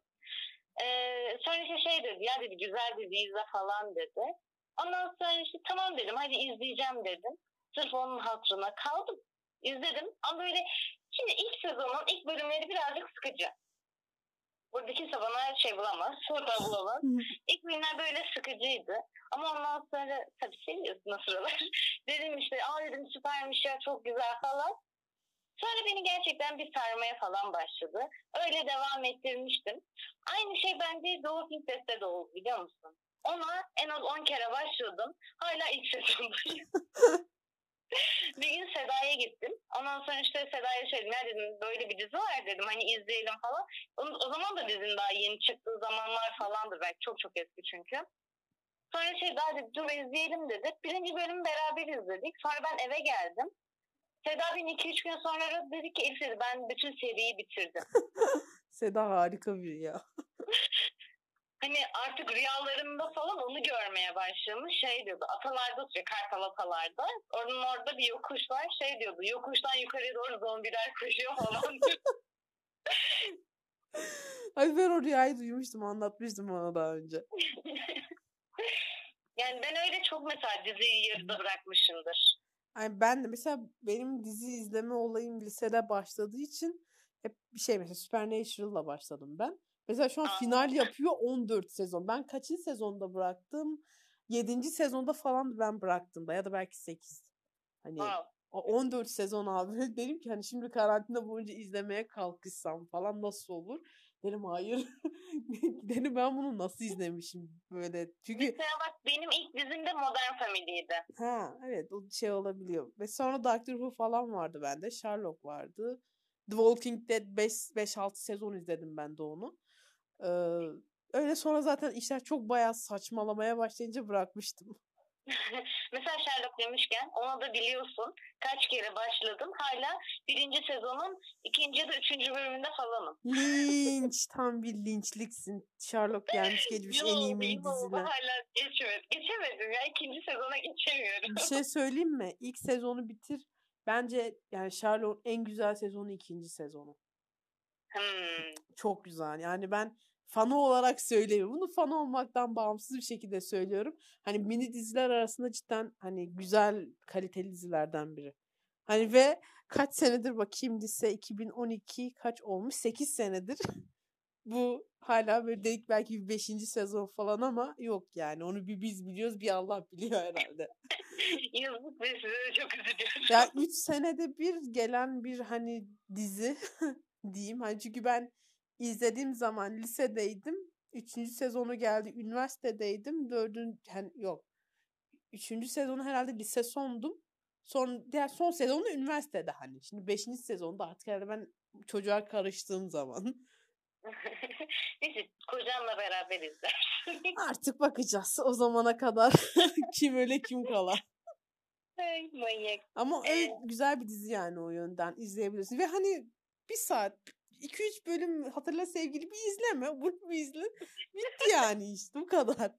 Ee, sonra işte şey dedi ya dedi güzel dizi izle falan dedi. Ondan sonra işte tamam dedim hadi izleyeceğim dedim. Sırf onun hatırına kaldım. İzledim ama böyle şimdi ilk sezonun ilk bölümleri birazcık sıkıcı. Burada kimse bana şey bulamaz, soru bulamaz. İlk bölümler böyle sıkıcıydı. Ama ondan sonra tabii seviyorsun o sıralar. Dedim işte aa dedim süpermiş ya çok güzel falan. Sonra beni gerçekten bir sarmaya falan başladı. Öyle devam ettirmiştim. Aynı şey bence Doğu Filmfest'te de oldu biliyor musun? Ona en az on kere başladım. Hala ilk sezondayım. Bir gün Seda'ya gittim. Ondan sonra işte Seda'ya söyledim. Ya dedim böyle bir dizi var dedim. Hani izleyelim falan. O, o zaman da dizinin daha yeni çıktığı zamanlar falandır. Belki çok çok eski çünkü. Sonra şey daha dedi dur izleyelim dedi. Birinci bölümü beraber izledik. Sonra ben eve geldim. Seda beni iki üç gün sonra aradı dedi ki Elif dedi ben bütün seriyi bitirdim. Seda harika biri ya. Hani artık rüyalarında falan onu görmeye başlamış. Şey diyordu atalarda oturuyor Kartal Atalarda. Onun orada bir yokuş var. Şey diyordu yokuştan yukarıya doğru zombiler koşuyor falan. Ay ben o rüyayı duymuştum, anlatmıştım ona daha önce. Yani ben öyle çok mesela diziyi yarıda bırakmışımdır. Yani ben de mesela benim dizi izleme olayım lisede başladığı için hep bir şey mesela Supernatural'la başladım ben. Mesela şu an Aa. final yapıyor on dört sezon. Ben kaçıncı sezonda bıraktım? yedinci sezonda falan ben bıraktım da ya da belki sekiz. Hani Aa. o on dört sezon abi. Dedim ki hani şimdi karantina boyunca izlemeye kalkışsam falan nasıl olur? Dedim hayır. Dedim ben bunu nasıl izlemişim böyle. Çünkü mesela bak benim ilk dizim de Modern Family'ydi. Ha evet o şey olabiliyor. Ve sonra Doctor Who falan vardı bende. Sherlock vardı. The Walking Dead beş altı sezon izledim ben de onu. Ee, öyle sonra zaten işler çok bayağı saçmalamaya başlayınca bırakmıştım. Mesela Sherlock demişken ona da biliyorsun kaç kere başladım. Hala birinci sezonun ikinci ya da üçüncü bölümünde falanım. Linç. Tam bir linçliksin. Sherlock gelmiş geçmiş en iyi Yıl oldu mini yıl oldu diziler. hala geçemedim. Geçemedim ya ikinci sezona geçemiyorum. Bir şey söyleyeyim mi? İlk sezonu bitir. Bence yani Sherlock'un en güzel sezonu ikinci sezonu. Hmm. Çok güzel. Yani ben fanı olarak söylemiyorum. Bunu fan olmaktan bağımsız bir şekilde söylüyorum. Hani mini diziler arasında cidden hani güzel, kaliteli dizilerden biri. Hani ve kaç senedir bakayım lise iki bin on iki kaç olmuş? sekiz senedir. Bu hala böyle dedik belki bir beşinci sezon falan ama yok yani. Onu bir biz biliyoruz, bir Allah biliyor herhalde. Yazık ve size çok üzülüyorum. Ya üç senede bir gelen bir hani dizi diyeyim. Hani çünkü ben izlediğim zaman lisedeydim. Üçüncü sezonu geldi. Üniversitedeydim. Dördüncü yani yok. Üçüncü sezonu herhalde lise sondum. Son diğer son sezonu üniversitede hani. Şimdi beşinci sezonda artık herhalde ben çocuğa karıştığım zaman. Neyse kocamla beraber izlersin. Artık bakacağız o zamana kadar kim öyle kim kala. Ay manyak. Ama Ee, evet güzel bir dizi yani o yönden izleyebilirsin. Ve hani bir saat iki üç bölüm Hatırla Sevgili bir izleme. Bunu bir izle. Bitti yani işte bu kadar.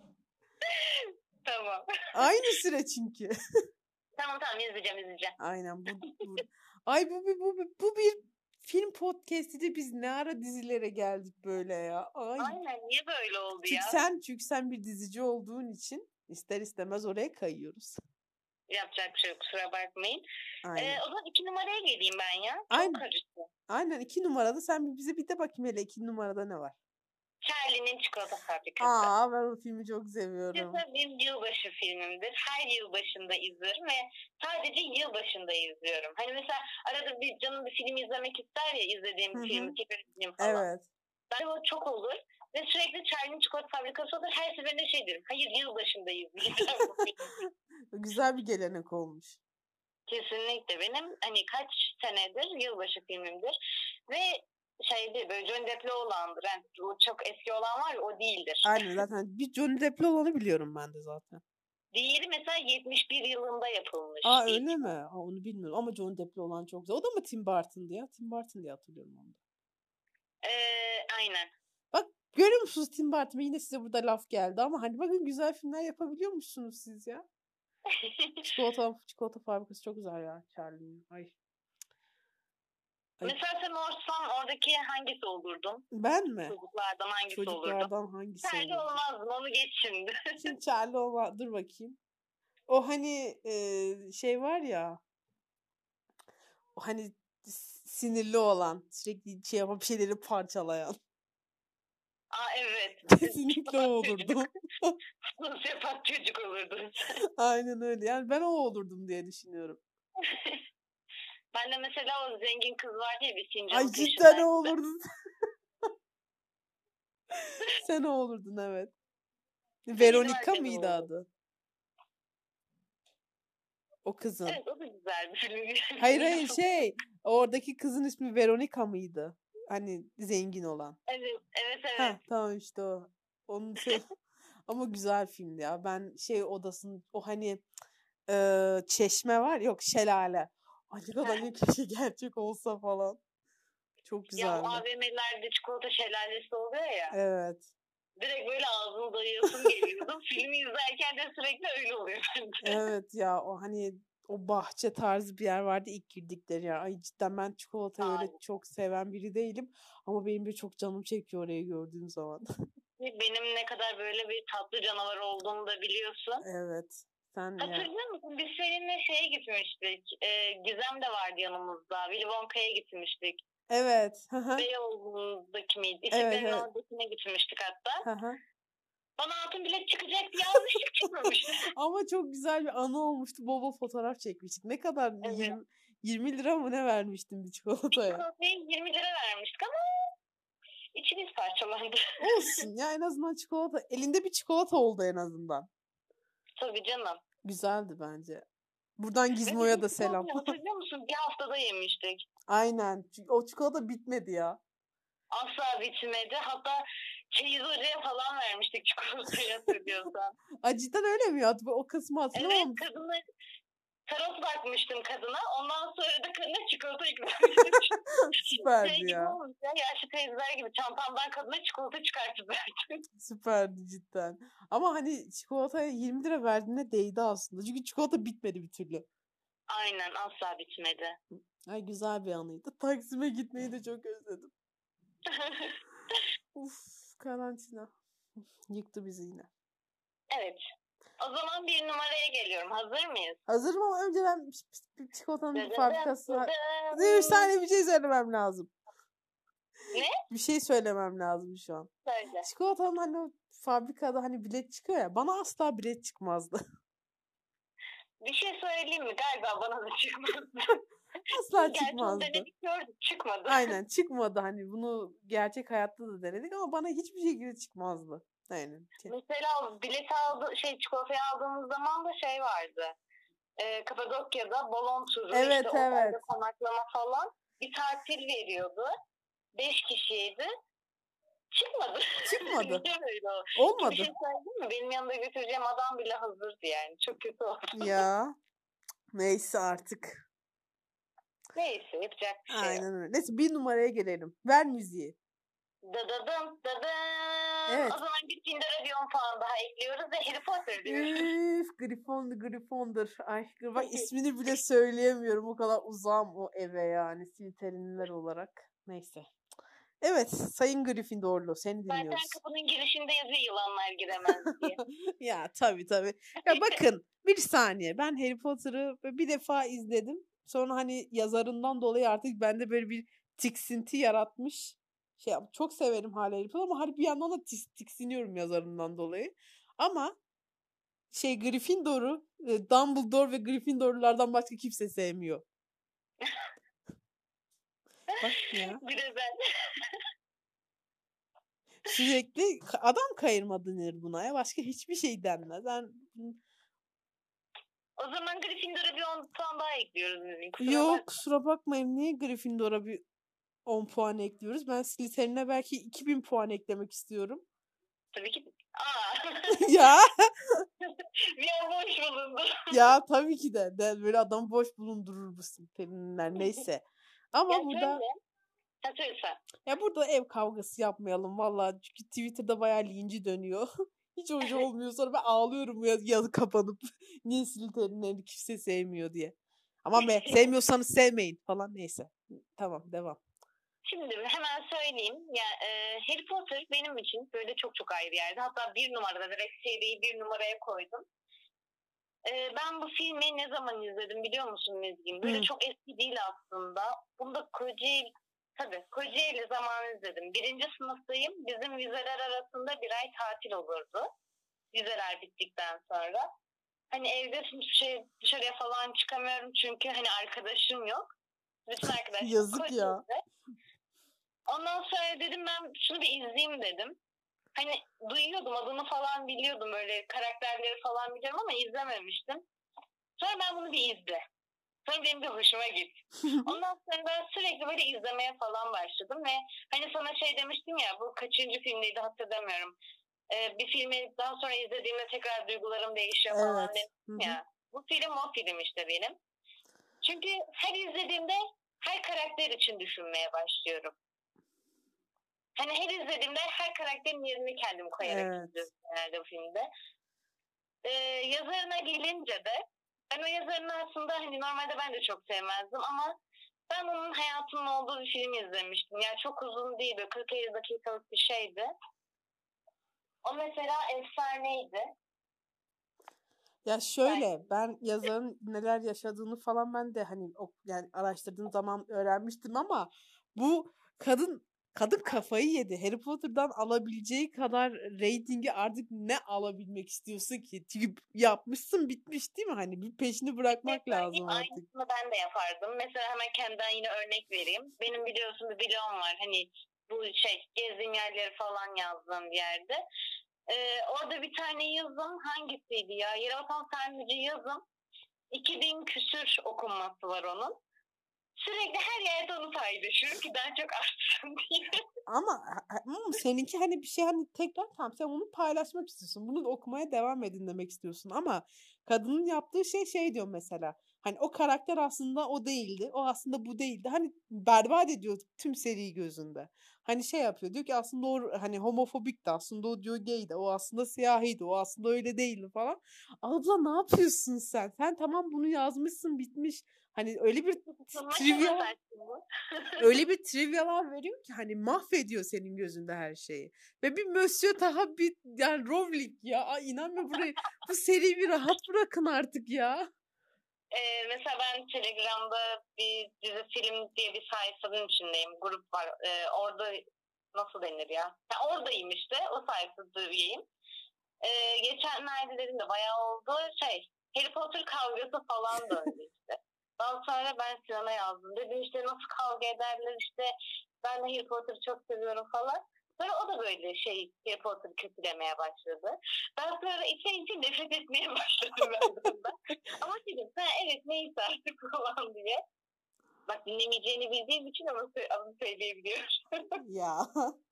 tamam. Aynı süre çünkü. Tamam tamam izleyeceğim izleyeceğim. Aynen bu, bu. Ay bu, bu, bu, bu bir film podcast'iydi. Biz ne ara dizilere geldik böyle ya. Ay. Aynen niye böyle oldu çünkü ya? Sen, çünkü sen bir dizici olduğun için ister istemez oraya kayıyoruz. Yapacak bir şey yok kusura bakmayın. Aynen. Ee, o zaman iki numaraya geleyim ben ya. Çok Aynen. karıştı. Aynen iki numarada sen bize bir de bakayım hele iki numarada ne var? Charlie'nin Çikolata Fabrikası. Aa ben o filmi çok seviyorum. Çikolata benim yılbaşı filmimdir. Her yılbaşında izlerim ve sadece yılbaşında izliyorum. Hani mesela arada bir canım bir film izlemek ister ya izlediğim Hı-hı. filmi tekrar izleyeyim falan. Evet. Ben o çok olur. Ve sürekli Charlie'nin Çikolata Fabrikası olur. Her seferinde şey derim. Hayır yılbaşında izleyeceğim bu filmi. Güzel bir gelenek olmuş. Kesinlikle benim hani kaç senedir yılbaşı filmimdir. Ve şeydi böyle Johnny Depp'li olandır. Yani o çok eski olan var ya o değildir. Aynen zaten bir Johnny Depp'li olanı biliyorum ben de zaten. Diğeri mesela yetmiş bir yılında yapılmış. Aa öyle mi? Aa, onu bilmiyorum ama Johnny Depp'li olan çok güzel. O da mı Tim Burton'dı ya? Tim Burton diye hatırlıyorum onu da. Ee, aynen. Bak görüyor musunuz Tim Burton? Yine size burada laf geldi ama hani bakın güzel filmler yapabiliyor musunuz siz ya? Çikolata, çikolata fabrikası çok güzel ya Charlie'nin. Ay. Ay. Mesela sen olsan oradaki hangisi olurdun? Ben mi? Çocuklardan hangisi Çocuklardan olurdun? hangisi Charlie olurdu? olmazdın onu geç şimdi. Şimdi Charlie olma. Dur bakayım. O hani e, şey var ya. O hani sinirli olan. Sürekli şey yapan bir şeyleri parçalayan. Aa evet. Kesinlikle o olurdum. Sosyopat çocuk olurdun. Aynen öyle. Yani ben o olurdum diye düşünüyorum. Ben de mesela o zengin kız vardı ya bir Sincan'ın Ay peşinden. cidden o olurdun. Sen o olurdun evet. Veronica mıydı adı? O kızın. Evet, o da güzel bir film. Hayır hayır şey oradaki kızın ismi Veronica mıydı? Hani zengin olan. Evet evet evet. Ha tamam işte o. Onun şey ama güzel filmdi ya. Ben şey odasının o hani e, çeşme var yok şelale. Ay ne kadar iyi keşke gerçek olsa falan. Çok Ya o güzeldi. A V M'lerde çikolata şelalesi oluyor ya. Evet. Direkt böyle ağzını dayıyorsun geliyordu. Filmi izlerken de sürekli öyle oluyor bence. Evet ya o hani o bahçe tarzı bir yer vardı ilk girdikleri yer. Ay cidden ben çikolatayı öyle Aynen. çok seven biri değilim. Ama benim de çok canım çekiyor orayı gördüğüm zaman. Benim ne kadar böyle bir tatlı canavar olduğumu da biliyorsun. Evet. Sen ya. Hatırlıyor musun? Biz seninle şeye gitmiştik. Ee, Gizem de vardı yanımızda. Willy Wonka'ya gitmiştik. Evet. Hı hı. Beyoğlu'ndaki miydi? Evet, İstiklal'in evet. oradakine gitmiştik hatta. Hı hı. Bana altın bilet çıkacak diye yanlışlık çıkmamıştı. Ama çok güzel bir anı olmuştu. Bol bol fotoğraf çekmiştik. Ne kadar Evet. yirmi, yirmi lira mı ne vermiştin bir çikolataya? Çikolatayı yirmi lira vermiştik ama içimiz parçalandı. Olsun ya en azından çikolata. Elinde bir çikolata oldu en azından. Tabii canım. Güzeldi bence. Buradan Ve Gizmo'ya bizim da selam. çikolatayı hatırlıyor musun? Bir haftada yemiştik. Aynen. Çünkü o çikolata bitmedi ya. Asla bitmedi. Hatta çeyiz hocaya falan vermiştik çikolatayı hatırlıyorsan. Ay cidden öyle mi ya? O kısmı Evet, hatırlamam. kadına tarot bakmıştım kadına. Ondan sonra da kadına çikolata ikram Süperdi şey gibi ya. olmuş ya. Yaşlı teyzeler gibi çantamdan kadına çikolata çıkartıp verdim. Süperdi cidden. Ama hani çikolataya yirmi lira verdiğine değdi aslında. Çünkü çikolata bitmedi bir türlü. Aynen, asla bitmedi. Ay güzel bir anıydı. Taksim'e gitmeyi de çok özledim. Uf karantina. Yıktı bizi yine. Evet. O zaman bir numaraya geliyorum. Hazır mıyız? Hazırım ama önce ben çikolatanın bir Dıdıdım, fabrikası var. dıdım. Bir saniye bir şey söylemem lazım. Ne? Bir şey söylemem lazım şu an. Söyle. Çikolatanın hani o fabrikada hani bilet çıkıyor ya. Bana asla bilet çıkmazdı. Bir şey söyleyeyim mi? Galiba bana da çıkmadı. Asla Gerçi onu çıkmazdı. denedik gördük. Çıkmadı. Aynen çıkmadı hani bunu gerçek hayatta da denedik ama bana hiçbir şekilde çıkmazdı. Aynen. Mesela bilet aldı, şey çikolatayı aldığımız zaman da şey vardı. Ee, Kapadokya'da balon turu, Evet, işte otelde evet. konaklama falan bir tatil veriyordu. Beş kişiydi. Çıkmadı. Çıkmadı. Niye böyle oldu? Olmadı. Bir şey söyleyeyim mi? Benim yanımda götüreceğim adam bile hazırdı yani. Çok kötü oldu. Ya neyse artık. Neyse, yapacak bir şey yok. Aynen öyle. Neyse bir numaraya gelelim. Ver müziği. Dıdıdım dıdım. Evet. O zaman Gryffindor'a bir on puan daha ekliyoruz ve Harry Potter diyoruz. Üf, Gryffindor, Gryffindor. Ay bak ismini bile söyleyemiyorum. O kadar uzağım o eve yani. Slytherinler olarak. Neyse. Evet Sayın Gryffindorlu seni Zaten dinliyoruz. kapının girişinde yazıyor yılanlar giremez diye. Ya tabii tabii. Ya bakın bir saniye ben Harry Potter'ı bir defa izledim. Sonra hani yazarından dolayı artık bende böyle bir tiksinti yaratmış. Şey çok severim hala Harry Potter ama hani bir yandan da tis- tiksiniyorum yazarından dolayı. Ama şey Gryffindor'u e, Dumbledore ve Gryffindor'lardan başka kimse sevmiyor. Bak ya. Bir de ben. Sürekli adam kayırma denir buna ya. Başka hiçbir şey denmez. Ben O zaman Gryffindor'a bir on puan daha ekliyoruz bizim. Kusura Yok bakma. kusura bakmayın. Niye Gryffindor'a bir on puan ekliyoruz? Ben Slytherin'e belki iki bin puan eklemek istiyorum. Tabii ki. Aa. Ya Bir an boş bulundu. ya tabii ki de, de böyle adam boş bulundurur bu Slytherin'ler neyse. Ama Ya burada şöyle. Ha söyle sen. ya burada ev kavgası yapmayalım vallahi çünkü Twitter'da bayağı linci dönüyor. Hiç hoş olmuyor. Sonra ben ağlıyorum ya yazı kapanıp niye Slytherin'leri kimse sevmiyor diye. Ama be sevmiyorsanız sevmeyin falan neyse. Tamam devam. Şimdi hemen söyleyeyim. Ya, e, Harry Potter benim için böyle çok çok ayrı yerde. Hatta bir numarada direkt seriyi bir numaraya koydum. E, ben bu filmi ne zaman izledim biliyor musun Mezgin? Böyle Hı. çok eski değil aslında. Bunu da Kocaeli, tabii Kocaeli zamanı izledim. Birinci sınıftayım. Bizim vizeler arasında bir ay tatil olurdu. Vizeler bittikten sonra. Hani evde hiçbir şey dışarıya falan çıkamıyorum çünkü hani arkadaşım yok. Bütün arkadaşlarım Yazık Kocaeli'de. ya. Ondan sonra dedim ben şunu bir izleyeyim dedim. Hani duyuyordum, adını falan biliyordum, böyle karakterleri falan biliyorum ama izlememiştim. Sonra ben bunu bir izle. Sonra benim de hoşuma gitti. Ondan sonra ben sürekli böyle izlemeye falan başladım ve hani sana şey demiştim ya, bu kaçıncı filmdeydi hatırlamıyorum. Ee, bir filmi daha sonra izlediğimde tekrar duygularım değişiyor falan Evet. demiştim Hı hı. ya. Bu film o film işte benim. Çünkü her izlediğimde her karakter için düşünmeye başlıyorum. Hani her izlediğimde her karakterin yerini kendim koyarak Evet. izliyorum genelde bu filmde. Ee, yazarına gelince de ben o yazarını aslında hani normalde ben de çok sevmezdim ama ben onun hayatının olduğu bir film izlemiştim. Yani çok uzun değil, böyle kırk elli dakikalık bir şeydi. O mesela efsaneydi. Ya şöyle, ben yazarın neler yaşadığını falan ben de hani o, yani araştırdığım zaman öğrenmiştim ama bu kadın kadın kafayı yedi. Harry Potter'dan alabileceği kadar reytingi artık ne alabilmek istiyorsun ki? Çünkü yapmışsın, bitmiş değil mi? Hani bir peşini bırakmak lazım artık. Aynısını ben de yapardım. Mesela hemen kendimden yine örnek vereyim. Benim biliyorsun bir blogum var. Hani bu şey gezdiğim yerleri falan yazdığım bir yerde. Ee, orada bir tane yazım hangisiydi ya? Yeraltan Sarnıcı yazım. iki bin küsür okunması var onun. Sürekli her yerde onu paylaşıyorum ki daha çok artsın diye. Ama, ama seninki hani bir şey hani tekrar tam sen onu paylaşmak istiyorsun. Bunu da okumaya devam edin demek istiyorsun. Ama kadının yaptığı şey şey diyor mesela. Hani o karakter aslında o değildi. O aslında bu değildi. Hani berbat ediyor tüm seriyi gözünde. Hani şey yapıyor. Diyor ki aslında o hani homofobikti. Aslında o diyor gaydi. O aslında siyahiydi. O aslında öyle değildi falan. Abla ne yapıyorsun sen? Sen tamam bunu yazmışsın bitmiş. Hani öyle bir trivia öyle bir trivyalar veriyor ki hani mahvediyor senin gözünde her şeyi. Ve bir Monsieur Taha bir yani Rowling ya. Ay inanmıyorum burayı. Bu seriyi bir rahat bırakın artık ya. Ee, mesela ben Telegram'da bir dizi film diye bir sayfanın içindeyim. Grup var. Ee, orada nasıl denir ya? Yani oradayım işte. O sayfada üyeyim. Ee, geçenlerde dedim de bayağı oldu. Şey, Harry Potter kavgası falan döndü işte. Daha sonra ben Sinan'a yazdım. Dedim işte nasıl kavga ederler işte. Ben de Harry Potter'ı çok seviyorum falan. Sonra o da böyle şey Harry Potter'ı kötülemeye başladı. Ben sonra içe içe nefret etmeye başladım ben bundan. Ama dedim ha evet neyse artık falan diye. Bak dinlemeyeceğini bildiğim için ama onu söyleyebiliyorum. Ya.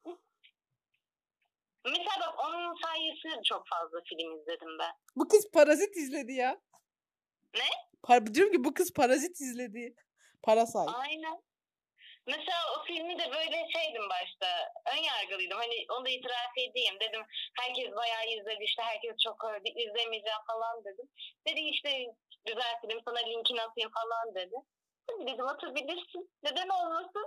Mesela bak onun sayesinde çok fazla film izledim ben. Bu kız Parazit izledi ya. Ne? Par diyorum ki bu kız Parazit izledi. Parasite. Aynen. Mesela o filmi de böyle şeydim başta. Ön yargılıydım. Hani onu da itiraf edeyim. Dedim herkes bayağı izledi işte herkes çok övdü. İzlemeyeceğim falan dedim. Dedi işte güzel film sana linkini atayım falan dedi. Dedim atabilirsin. Neden olmasın?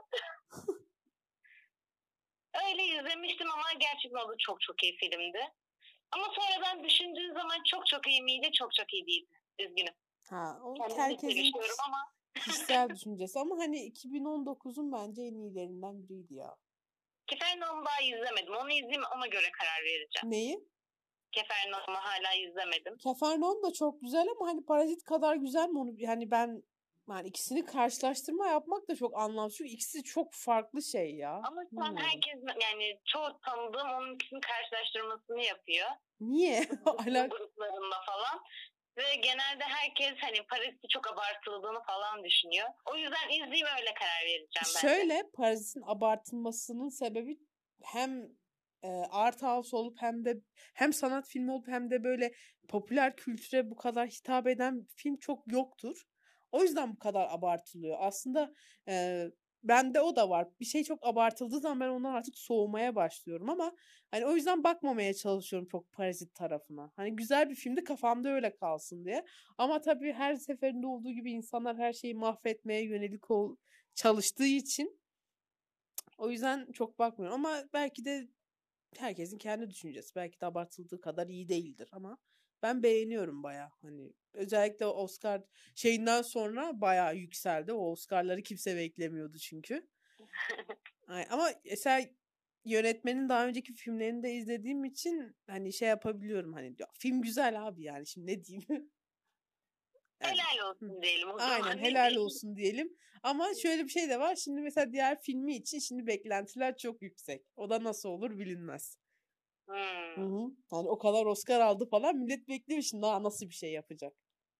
Öyle izlemiştim ama gerçekten o da çok çok iyi filmdi. Ama sonradan düşündüğün zaman çok çok iyi miydi? Çok çok iyi değildi. Üzgünüm. Ha, o Kendimi herkesin ama. kişisel düşüncesi ama hani iki bin on dokuzun bence en iyilerinden biriydi ya. Kefernaum'u daha izlemedim. Onu izleyeyim ona göre karar vereceğim. Neyi? Kefernaum'u hala izlemedim. Kefernaum da çok güzel ama hani Parazit kadar güzel mi onu yani ben yani ikisini karşılaştırma yapmak da çok anlamsız. Çünkü ikisi çok farklı şey ya. Ama şu an herkes yani çoğu tanıdığım onun ikisini karşılaştırmasını yapıyor. Niye? Alak gruplarında falan. Ve genelde herkes hani Parazit'i çok abartıldığını falan düşünüyor. O yüzden izleyip öyle karar vereceğim ben Şöyle de. Parazit'in abartılmasının sebebi hem e, art house olup hem de hem sanat filmi olup hem de böyle popüler kültüre bu kadar hitap eden film çok yoktur. O yüzden bu kadar abartılıyor. Aslında e, bende o da var. Bir şey çok abartıldığı zaman ben ondan artık soğumaya başlıyorum ama hani o yüzden bakmamaya çalışıyorum çok Parazit tarafına. Hani güzel bir filmdi kafamda öyle kalsın diye. Ama tabii her seferinde olduğu gibi insanlar her şeyi mahvetmeye yönelik ol çalıştığı için o yüzden çok bakmıyorum ama belki de herkesin kendi düşüncesi. Belki de abartıldığı kadar iyi değildir ama ben beğeniyorum baya hani özellikle Oscar şeyinden sonra baya yükseldi. O Oscar'ları kimse beklemiyordu çünkü. Ay, ama mesela yönetmenin daha önceki filmlerini de izlediğim için hani şey yapabiliyorum hani ya, film güzel abi yani şimdi ne diyeyim. Yani, helal olsun diyelim. O aynen zaman helal olsun diyelim. Ama şöyle bir şey de var. Şimdi mesela diğer filmi için şimdi beklentiler çok yüksek. O da nasıl olur bilinmez. Hmm. Hı hı. Yani o kadar Oscar aldı falan millet bekliyor şimdi daha nasıl bir şey yapacak.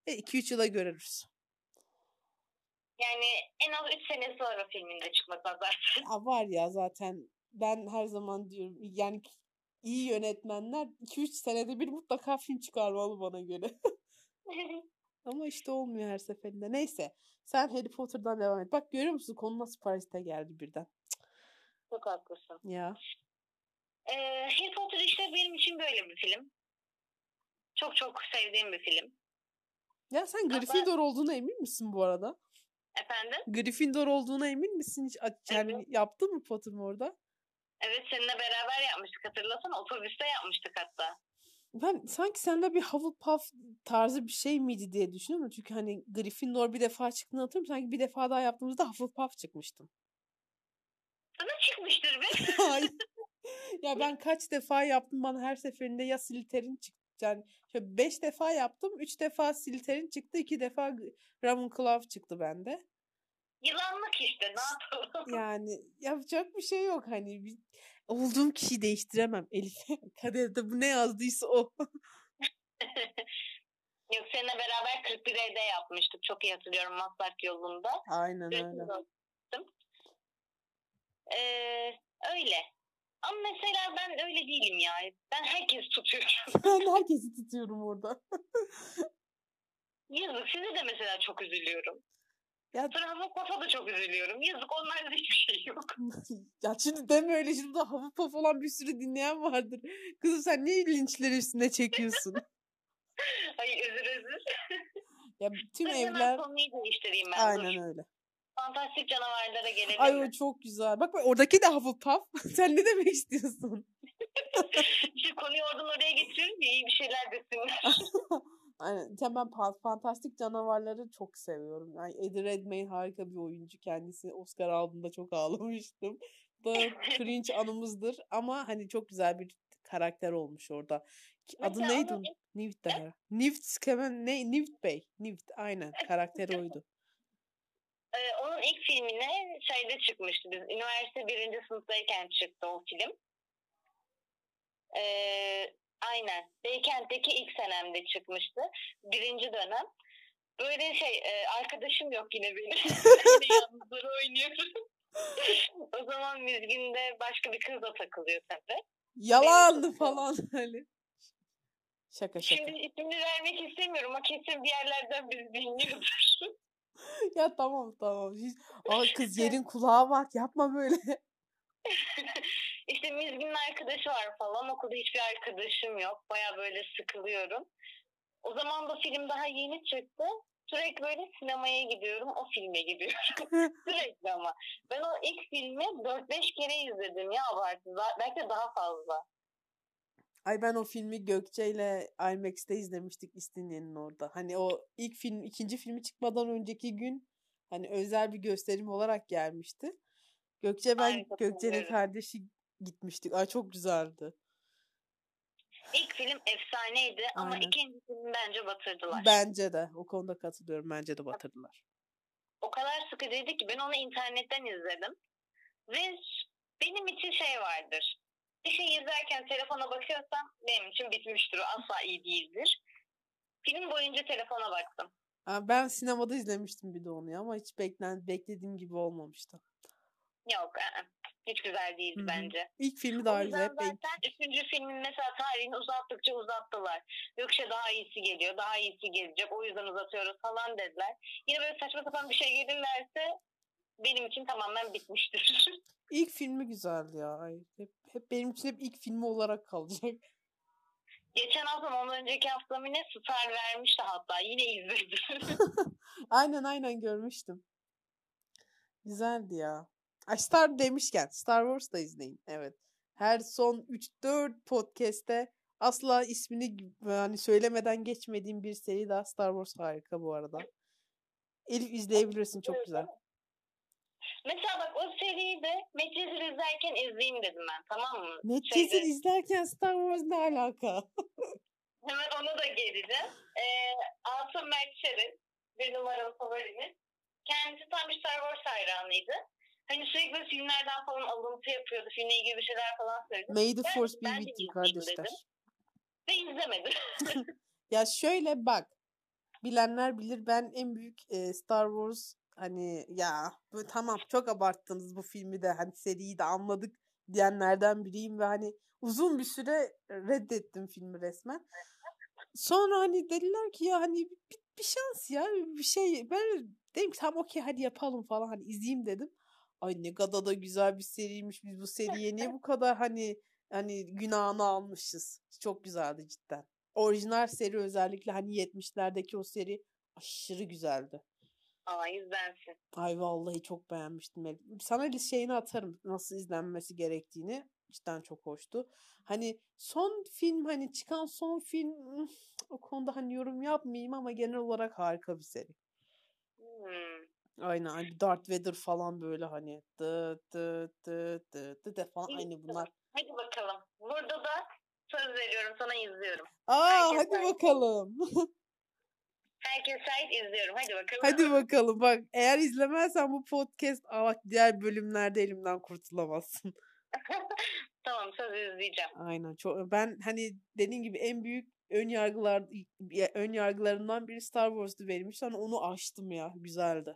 E iki üç yıla görürüz. Yani en az üç sene sonra filminde çıkması zaten. Ya var ya zaten ben her zaman diyorum yani iyi yönetmenler iki üç senede bir mutlaka film çıkarmalı bana göre. Ama işte olmuyor her seferinde. Neyse sen Harry Potter'dan devam et. Bak görüyor musun konu nasıl Paris'te geldi birden. Çok haklısın. Ya. Ee, Harry Potter işte benim için böyle bir film. Çok çok sevdiğim bir film. Ya sen Gryffindor Ama... olduğuna emin misin bu arada? Efendim? Gryffindor olduğuna emin misin? Hiç yani evet. Yaptın mı Potter'ın orada? Evet seninle beraber yapmıştık hatırlasana. Otobüste yapmıştık hatta. Ben sanki sende bir Hufflepuff tarzı bir şey miydi diye düşünüyorum. Çünkü hani Gryffindor bir defa çıktığını hatırlıyorum. Sanki bir defa daha yaptığımızda Hufflepuff çıkmıştım. Sana çıkmıştır be. Hayır. Ya ben kaç defa yaptım bana her seferinde ya Slytherin çıktı. Yani şöyle beş defa yaptım. Üç defa Slytherin çıktı. iki defa Ravenclaw çıktı bende. Yılanlık işte ne yapalım. Yani yapacak bir şey yok. Hani bir, olduğum kişiyi değiştiremem Elif. Kaderde bu ne yazdıysa o. Yok seninle beraber kırk bir evde yapmıştık. Çok iyi hatırlıyorum Maslak yolunda. Aynen öyle. Ee, öyle. Ama mesela ben öyle değilim ya. Ben herkesi tutuyorum. Ben herkesi tutuyorum orada. Yazık size de mesela çok üzülüyorum. Ya... Hufflepuff'a da çok üzülüyorum. Yazık onlarda hiçbir şey yok. Ya şimdi deme öyle. Şimdi Hufflepuff olan bir sürü dinleyen vardır. Kızım sen niye linçleri üstüne çekiyorsun? Hayır özür özür. Ya tüm ben evler... Hemen konuyu değiştireyim ben. Aynen dur. öyle. Fantastik canavarlara gelelim Ay mi? o çok güzel. Bak bak oradaki de Hufflepuff. Sen ne demek istiyorsun? İşte konuyu oradan oraya getiriyorum ya iyi bir şeyler desinler. Aynen. Ben fantastik canavarları çok seviyorum. Yani Eddie Redmayne harika bir oyuncu. Kendisi Oscar aldığında çok ağlamıştım. Bu da cringe anımızdır. Ama hani çok güzel bir karakter olmuş orada. Adı mesela neydi? Onun... Newt de. Newt Kevin ne? Newt Bey. Newt aynen. Karakteri oydu. Ee, onun ilk filmine şeyde çıkmıştı. Biz üniversite birinci sınıftayken çıktı o film. Ee, aynen. Beykent'teki ilk senemde çıkmıştı. Birinci dönem. Böyle şey e, arkadaşım yok yine benim. Yine yalnızları oynuyorum. O zaman Müzgün'de başka bir kızla takılıyor tabii. Yalandı falan öyle. Şaka şaka. Şimdi ismini vermek istemiyorum ama kesin bir yerlerden bizi dinliyordur. Ya tamam tamam. Hiç... Aa, kız yerin kulağa bak yapma böyle. İşte Müzgün'ün arkadaşı var falan. Okulda hiçbir arkadaşım yok. Baya böyle sıkılıyorum. O zaman da film daha yeni çıktı. Sürekli böyle sinemaya gidiyorum. O filme gidiyorum. Sürekli ama. Ben o ilk filmi dört beş kere izledim ya abartı. Belki de daha fazla. Ay ben o filmi Gökçe ile IMAX'te izlemiştik İstinye'nin orada. Hani o ilk film, ikinci filmi çıkmadan önceki gün hani özel bir gösterim olarak gelmişti. Gökçe ben Ay, Gökçe'nin kardeşi gitmiştik. Ay çok güzeldi. İlk film efsaneydi ama Aynen. ikinci filmi bence batırdılar. Bence de. O konuda katılıyorum. Bence de batırdılar. O kadar sıkıcıydı ki ben onu internetten izledim. Ve benim için şey vardır. Bir şey izlerken telefona bakıyorsam benim için bitmiştir. O asla iyi değildir. Film boyunca telefona baktım. Ben sinemada izlemiştim bir de onu ya ama hiç beklen beklediğim gibi olmamıştı. Yok, hiç güzel değildi Hı-hı. bence. İlk filmi daha güzel. Zaten üçüncü filmin mesela tarihini uzattıkça uzattılar. Yok işte daha iyisi geliyor, daha iyisi gelecek. O yüzden uzatıyoruz falan dediler. Yine böyle saçma sapan bir şey gelirlerse benim için tamamen bitmiştir. İlk filmi güzeldi ya. Hep, hep benim için hep ilk filmi olarak kalacak. Geçen hafta ondan önceki hafta mı ne Star vermişti hatta. Yine izledim. aynen aynen görmüştüm. Güzeldi ya. Ay Star demişken Star Wars da izleyin. Evet. Her son üç dört podcast'te asla ismini yani söylemeden geçmediğim bir seri daha Star Wars harika bu arada. Elif izleyebilirsin çok güzel. Mesela bak o seriyi de Medcezir izlerken izleyeyim dedim ben tamam mı? Medcezir Şeyde... izlerken Star Wars ne alaka? Hemen ona da geleceğim. Ee, Asım Mertçer'in bir numaralı favorimiz. Kendisi tam bir Star Wars hayranıydı. Hani sürekli filmlerden falan alıntı yapıyordu. Filmle ilgili bir şeyler falan söyledi. May the Force be with you kardeşler. Dedim. Ve izlemedim. Ya şöyle bak. bilenler bilir. Ben en büyük e, Star Wars hani ya böyle tamam çok abarttınız bu filmi de hani seriyi de anladık diyenlerden biriyim ve hani uzun bir süre reddettim filmi resmen. Sonra hani dediler ki ya hani bir, bir şans ya bir şey ben dedim ki tamam okey hadi yapalım falan hani izleyeyim dedim. Ay ne kadar da güzel bir seriymiş biz bu seriye niye bu kadar hani hani günahını almışız. Çok güzeldi cidden. Orijinal seri özellikle hani yetmişlerdeki o seri aşırı güzeldi. Aa, izlensin. Ay vallahi çok beğenmiştim. Elif. Sana list şeyini atarım nasıl izlenmesi gerektiğini. Cidden çok hoştu. Hani son film hani çıkan son film o konuda hani yorum yapmayayım ama genel olarak harika bir seri. Hmm. Aynen hani Darth Vader falan böyle hani dı dı dı dı dı de falan İyi, aynı bunlar. hadi bakalım. Burada da söz veriyorum sana izliyorum. Aa Herkes hadi sahip. bakalım. Herkes sahip izliyorum. Hadi bakalım. Hadi bakalım bak eğer izlemezsen bu podcast aa, bak diğer bölümlerde elimden kurtulamazsın. Tamam söz izleyeceğim. Aynen çok ben hani dediğim gibi en büyük ön yargılar ya, ön yargılarından biri Star Wars'tu benim için. Hani onu aştım ya. Güzeldi.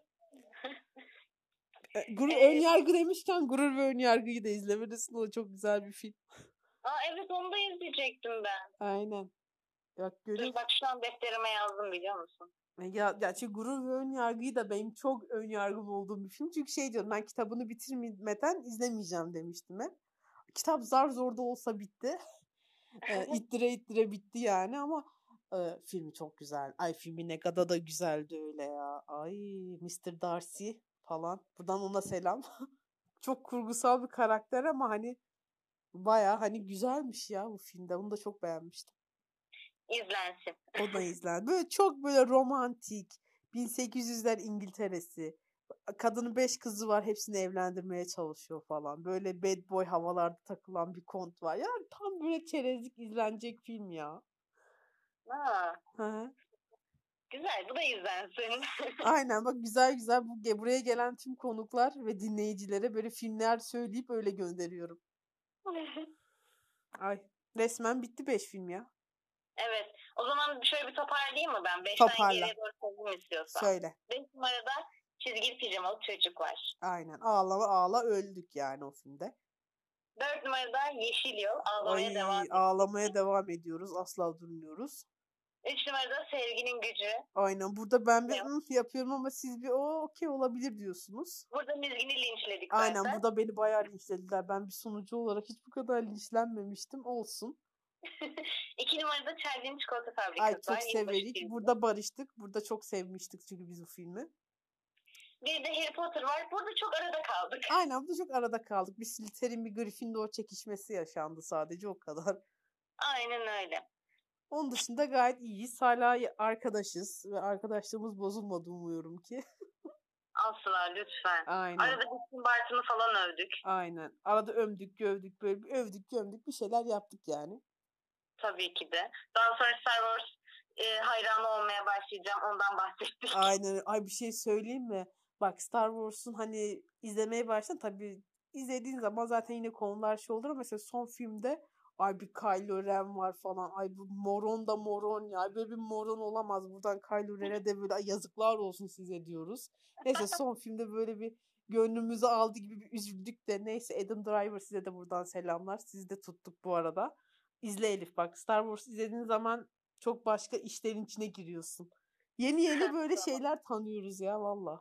E, Gurur, ön Ee, yargı demişken Gurur ve Ön Yargı'yı da izlemelisin. O da çok güzel bir film. aa, evet onu da izleyecektim ben. Aynen. Bak Dur görüyorsun. bak şu an defterime yazdım biliyor musun? Ya, ya çünkü Gurur ve Ön Yargı'yı da benim çok ön yargılı olduğum bir film. Çünkü şey diyorum ben kitabını bitirmeden izlemeyeceğim demiştim hep. Kitap zar zor da olsa bitti. E, ittire ittire bitti yani ama e, filmi çok güzel. Ay filmi ne kadar da güzeldi öyle ya. Ay mister Darcy falan. Buradan ona selam. Çok kurgusal bir karakter ama hani baya hani güzelmiş ya bu filmde. Bunu da çok beğenmiştim. İzlensin. O da izlendi. Böyle çok böyle romantik. bin sekiz yüzler İngiltere'si. Kadının beş kızı var. Hepsini evlendirmeye çalışıyor falan. Böyle bad boy havalarda takılan bir kont var. Yani tam böyle çerezlik izlenecek film ya. Ha, Hı hı. güzel bu da izlensin. Aynen bak güzel güzel bu ge- buraya gelen tüm konuklar ve dinleyicilere böyle filmler söyleyip öyle gönderiyorum. Ay resmen bitti beş film ya. Evet. O zaman şöyle bir toparlayayım mı ben? Beşten Toparla. geriye doğru sayayım istiyorsan. Söyle. Beş numarada çizgili pijamalı çocuk var. Aynen ağlama ağla öldük yani o filmde. Dört numarada Yeşil Yol. Ağlamaya Ay devam ediyor. ağlamaya devam ediyoruz. Asla durmuyoruz. Üç numarada Sevginin Gücü. Aynen burada ben bir Ne? "Hı" yapıyorum ama siz bir o okey olabilir diyorsunuz. Burada Mizgin'i linçledik Aynen zaten. burada beni bayağı linçlediler. Ben bir sunucu olarak hiç bu kadar linçlenmemiştim. Olsun. İki numarada Charlie'nin Çikolata Ay Fabrikası var. çok Yılbaşı severik. filmi. Burada barıştık. Burada çok sevmiştik çünkü biz bu filmi. Bir de Harry Potter var. Burada çok arada kaldık. Aynen burada çok arada kaldık. Bir Slytherin bir Gryffindor çekişmesi yaşandı sadece o kadar. Aynen öyle. Onun dışında gayet iyiyiz. Hala arkadaşız ve arkadaşlığımız bozulmadı umuyorum ki. Asla lütfen. Aynen. Arada Bütün Bartın'ı falan övdük. Aynen. Arada ömdük, gövdük, böyle bir övdük, gömdük bir şeyler yaptık yani. Tabii ki de. Daha sonra Star Wars e, hayranı olmaya başlayacağım. Ondan bahsettik. Aynen. Ay bir şey söyleyeyim mi? Bak Star Wars'un hani izlemeye başladın tabii izlediğin zaman zaten yine konular şey olur ama mesela son filmde ay bir Kylo Ren var falan. Ay bu moron da moron ya. Böyle bir moron olamaz. Buradan Kylo Ren'e de böyle yazıklar olsun size diyoruz. Neyse son filmde böyle bir gönlümüzü aldı gibi bir üzüldük de. Neyse Adam Driver size de buradan selamlar. Sizi de tuttuk bu arada. İzle Elif bak Star Wars izlediğin zaman çok başka işlerin içine giriyorsun. Yeni yeni böyle Tamam. şeyler tanıyoruz ya valla.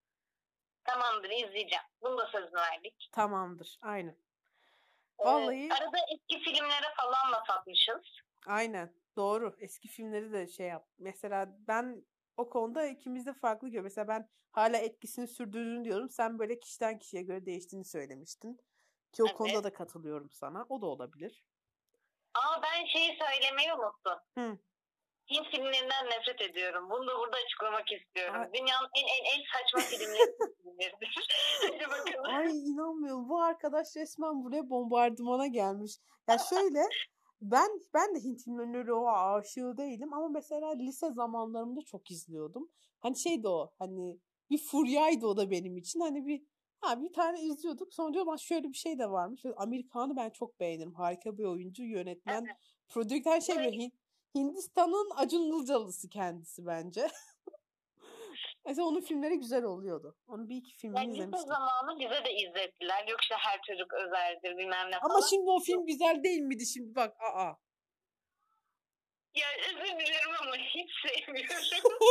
Tamamdır izleyeceğim. Bunu da sözünü verdik. Tamamdır. Aynen. Ee, Vallahi arada eski filmlere falan laf atmışız. aynen. Doğru. Eski filmleri de şey yap. Mesela ben o konuda ikimiz de farklı görüyoruz. Mesela ben hala etkisini sürdürdüğünü diyorum. Sen böyle kişiden kişiye göre değiştiğini söylemiştin. Ki o Evet. konuda da katılıyorum sana. O da olabilir. Aa ben şeyi söylemeyi unuttum. Hı. Hint filmlerinden nefret ediyorum. Bunu da burada açıklamak istiyorum. Ay. Dünyanın en en en saçma filmleri filmleridir. Hadi bakalım. Ay inanmıyorum. Bu arkadaş resmen buraya bombardımana gelmiş. Ya şöyle ben ben de Hint filmlerine o aşığı değilim ama mesela lise zamanlarımda çok izliyordum. Hani şeydi o hani bir furyaydı o da benim için. Hani bir ha bir tane izliyorduk. Sonra diyorum şöyle bir şey de varmış. Amerikan'ı ben çok beğenirim. Harika bir oyuncu, yönetmen, Evet. prodüktör şey Böyle böyle Hint, Hindistan'ın Acun Ilıcalısı kendisi bence. Mesela onun filmleri güzel oluyordu. Onun bir iki filmini Yani lise izlemiştim. zamanı bize de izlettiler. Yok işte her çocuk özeldir bilmem ne falan. Ama şimdi o film güzel değil miydi şimdi bak aa. Ya özür dilerim ama hiç sevmiyorum.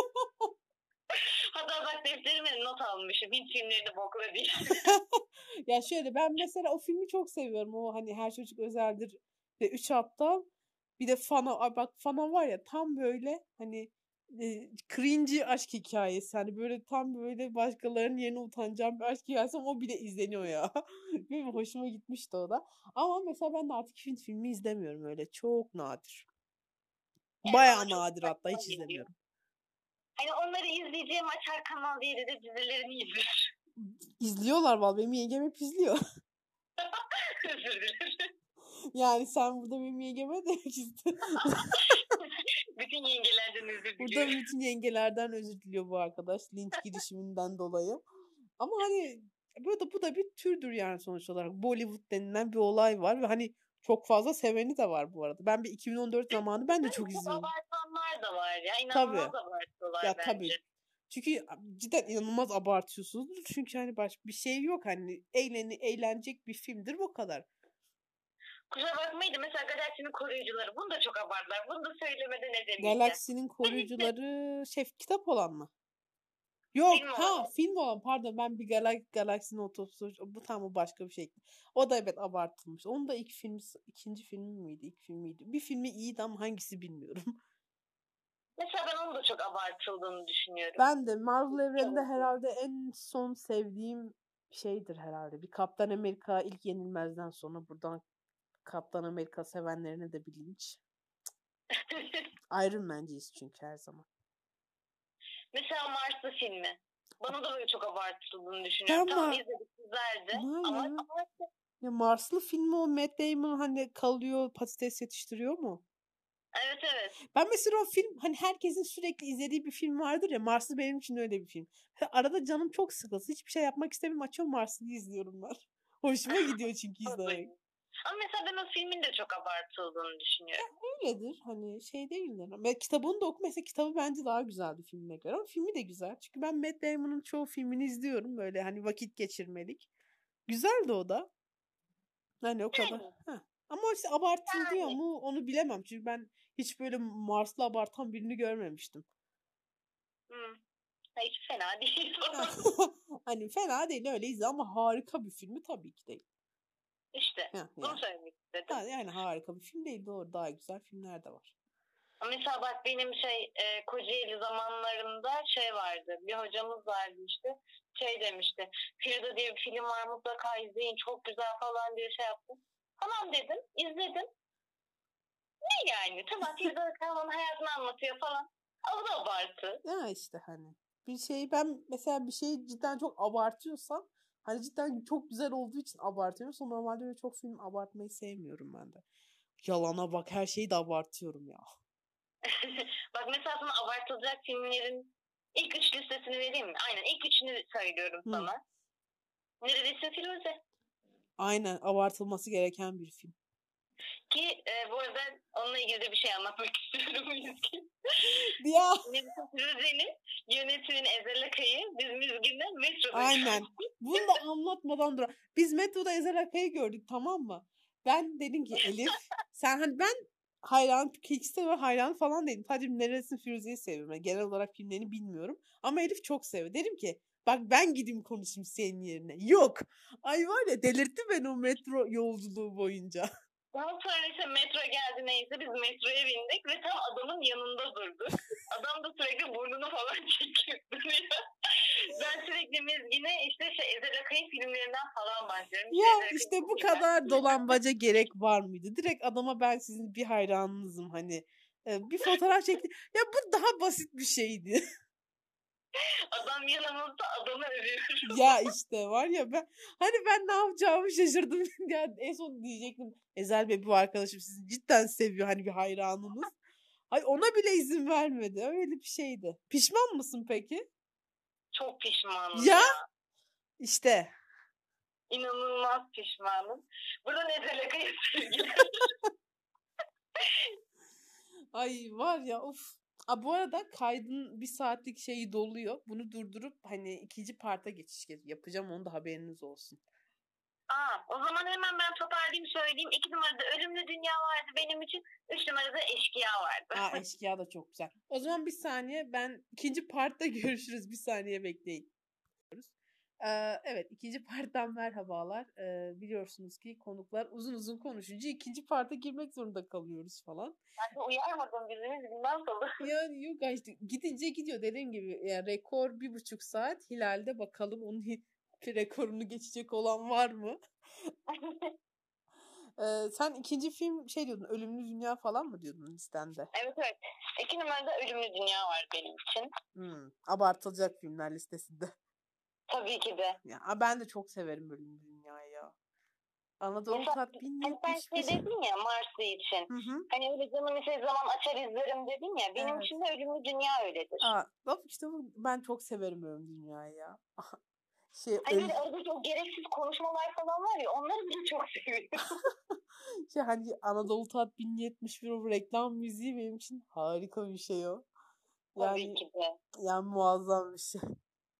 Hatta bak defterime not almışım. Hiç filmlerini bokla değil. Ya şöyle ben mesela o filmi çok seviyorum. O hani Her Çocuk Özeldir ve Üç Aptal. Bir de Fana. Ay bak Fana var ya tam böyle hani e, cringy aşk hikayesi. Hani böyle tam böyle başkalarının yerine utanacağım bir aşk hikayesi ama o bile izleniyor ya. Benim hoşuma gitmişti o da. Ama mesela ben de artık Hint filmi izlemiyorum öyle. Çok nadir. Bayağı nadir hatta hiç izlemiyorum. Hani onları izleyeceğim açar Kanal D'de de dizilerini izler. İzliyorlar vallahi. Benim yengem hep izliyor. Özür dilerim. Yani sen burada benim yengeme demek istiyorsun. Bütün yengelerden özür diliyorum. Burada bütün yengelerden özür diliyor bu arkadaş. Linç girişiminden dolayı. Ama hani bu da, bu da bir türdür yani sonuç olarak. Bollywood denilen bir olay var ve hani çok fazla seveni de var bu arada. Ben bir iki bin on dört zamanı ben de çok izliyordum. Abartanlar da var ya. İnanılmaz abartıyorlar ya, bence. Tabii. Çünkü cidden inanılmaz abartıyorsunuz. Çünkü hani başka bir şey yok. Hani eğleni, eğlenecek bir filmdir bu kadar. Kusura bakmayın mesela Galaksinin Koruyucuları. Bunu da çok abarttılar. Bunu da söylemeden edemeyeceğim. Galaksinin Koruyucuları şey kitap olan mı? Yok film ha olan. film olan pardon ben bir Gal Galaksinin Otobüsü bu tam o başka bir şey. O da evet abartılmış. Onun da ilk film ikinci filmi miydi? İlk filmiydi. Bir filmi iyiydi ama hangisi bilmiyorum. Mesela ben onun da çok abartıldığını düşünüyorum. Ben de Marvel evreninde herhalde en son sevdiğim şeydir herhalde. Bir Kaptan Amerika ilk Yenilmez'den sonra buradan Kaptan Amerika sevenlerine de bir linç. Iron Man'ciyiz çünkü her zaman. Mesela Marslı filmi. Bana da böyle çok abartıldığını düşünüyorum. Ben tamam izledik güzeldi. Ama abartı. Ya Marslı filmi o Matt Damon hani kalıyor patates yetiştiriyor mu? Evet evet. Ben mesela o film hani herkesin sürekli izlediği bir film vardır ya Marslı benim için öyle bir film. Arada canım çok sıkılsın hiçbir şey yapmak istemiyorum açıyorum Marslı'yı izliyorum ben. Hoşuma gidiyor çünkü izlemek. Ama mesela ben o filmin de çok abartıldığını düşünüyorum. Ya öyledir hani şey değildir. Ben kitabını da oku mesela kitabı bence daha güzeldi filmine göre ama filmi de güzel. Çünkü ben Matt Damon'un çoğu filmini izliyorum böyle hani vakit geçirmelik. Güzeldi o da. Hani o kadar. Heh. Ama işte abartılıyor yani. mu onu bilemem. Çünkü ben hiç böyle Mars'la abartan birini görmemiştim. Hmm. Hiç fena değil. Hani fena değil öyleyiz ama harika bir filmi tabii ki değil. İşte Heh, bunu yani. söylemek istedim. Ha, yani harika bir film değil doğru daha güzel filmler de var. Mesela bak benim şey e, Kocaeli zamanlarında şey vardı. Bir hocamız vardı işte. Şey demişti. Firda diye bir film var mutlaka izleyin. Çok güzel falan diye şey yaptım. Tamam dedim. İzledim. Ne yani? Tamam Firda Kahve'nin hayatını anlatıyor falan. O da abartı. Ya işte hani. Bir şey ben mesela bir şeyi cidden çok abartıyorsam hani cidden çok güzel olduğu için abartıyorum. Normalde öyle çok film abartmayı sevmiyorum ben de. Yalana bak her şeyi de abartıyorum ya. Bak mesela sana abartılacak filmlerin ilk üç listesini vereyim mi? Aynen ilk üçünü söylüyorum Hı. sana. Neredeyse Firuze. Aynen abartılması gereken bir film. Ki e, bu arada onunla ilgili de bir şey anlatmak istiyorum. Ya. Firuze'nin yönetmeni Ezel Akay'ı biz Müzgün'den metroda Aynen. Bunu da anlatmadan dur. Biz metroda Ezel Akay'ı gördük tamam mı? Ben dedim ki Elif sen hani ben hayran Kicks'te ve hayran falan değilim. Sadece neresini Firuze'yi seviyorum. Yani genel olarak filmlerini bilmiyorum. Ama Elif çok seviyor. Dedim ki bak ben gideyim konuşayım senin yerine. Yok. Ay var ya delirtti beni o metro yolculuğu boyunca. Daha sonra işte metro geldi neyse biz metroya bindik ve tam adamın yanında durduk. Adam da sürekli burnunu falan çekiyordu. Ben sürekli Mizgin'e işte şey Ezel Akay'ın filmlerinden falan başlıyorum. Ya işte, işte bu kadar dolambaca gerek var mıydı? Direkt adama ben sizin bir hayranınızım hani. Bir fotoğraf çekti. Ya bu daha basit bir şeydi. Adam yanımızda adamı övüyor. Ya işte var ya ben hani ben ne yapacağımı şaşırdım. Ya en son diyecektim Ezel Bey bu arkadaşım sizi cidden seviyor hani bir hayranınız. Ay ona bile izin vermedi. Öyle bir şeydi. Pişman mısın peki? Çok pişmanım ya. Ya işte. İnanılmaz pişmanım. Buradan Ezel Akay'ı sevgiler. Ay var ya of. Aa, bu arada kaydın bir saatlik şeyi doluyor. Bunu durdurup hani ikinci parta geçiş yapacağım. Onu da haberiniz olsun. Aa, o zaman hemen ben toparlayayım söyleyeyim. İki numarada Ölümlü Dünya vardı benim için. Üç numarada Eşkıya vardı. Aa, Eşkıya da çok güzel. O zaman bir saniye, ben ikinci partta görüşürüz. Bir saniye bekleyin. Ee, evet, ikinci parttan merhabalar. Ee, biliyorsunuz ki konuklar uzun uzun konuşunca ikinci parta girmek zorunda kalıyoruz falan. Ben de uyarmadım bizimiz bundan sonra. Yani yok işte gidince gidiyor dediğim gibi. Yani rekor bir buçuk saat. Hilal'de bakalım onun rekorunu geçecek olan var mı? Ee, sen ikinci film şey diyordun, Ölümlü Dünya falan mı diyordun listende? Evet evet. İki numarada Ölümlü Dünya var benim için. Hmm, abartılacak filmler listesinde. Tabii ki de. Ya ben de çok severim Ölümlü Dünya'yı ya. Anadolu Mesela, Tat hani sen bin yetmiş bir. şey dedin ya Marslı için. Hı hı. Hani öyle zaman ise zaman açar izlerim dedin ya. Benim Evet. için de Ölümlü Dünya öyledir. Aa, bak işte bu, ben çok severim Ölümlü Dünya'yı ya. Şey, Hani öl... böyle aradaki o gereksiz konuşmalar falan var ya onları bile çok seviyorum. şey hani Anadolu Tat bin yetmiş bir o reklam müziği benim için harika bir şey o. Yani, Tabii ki de. yani muazzam bir şey.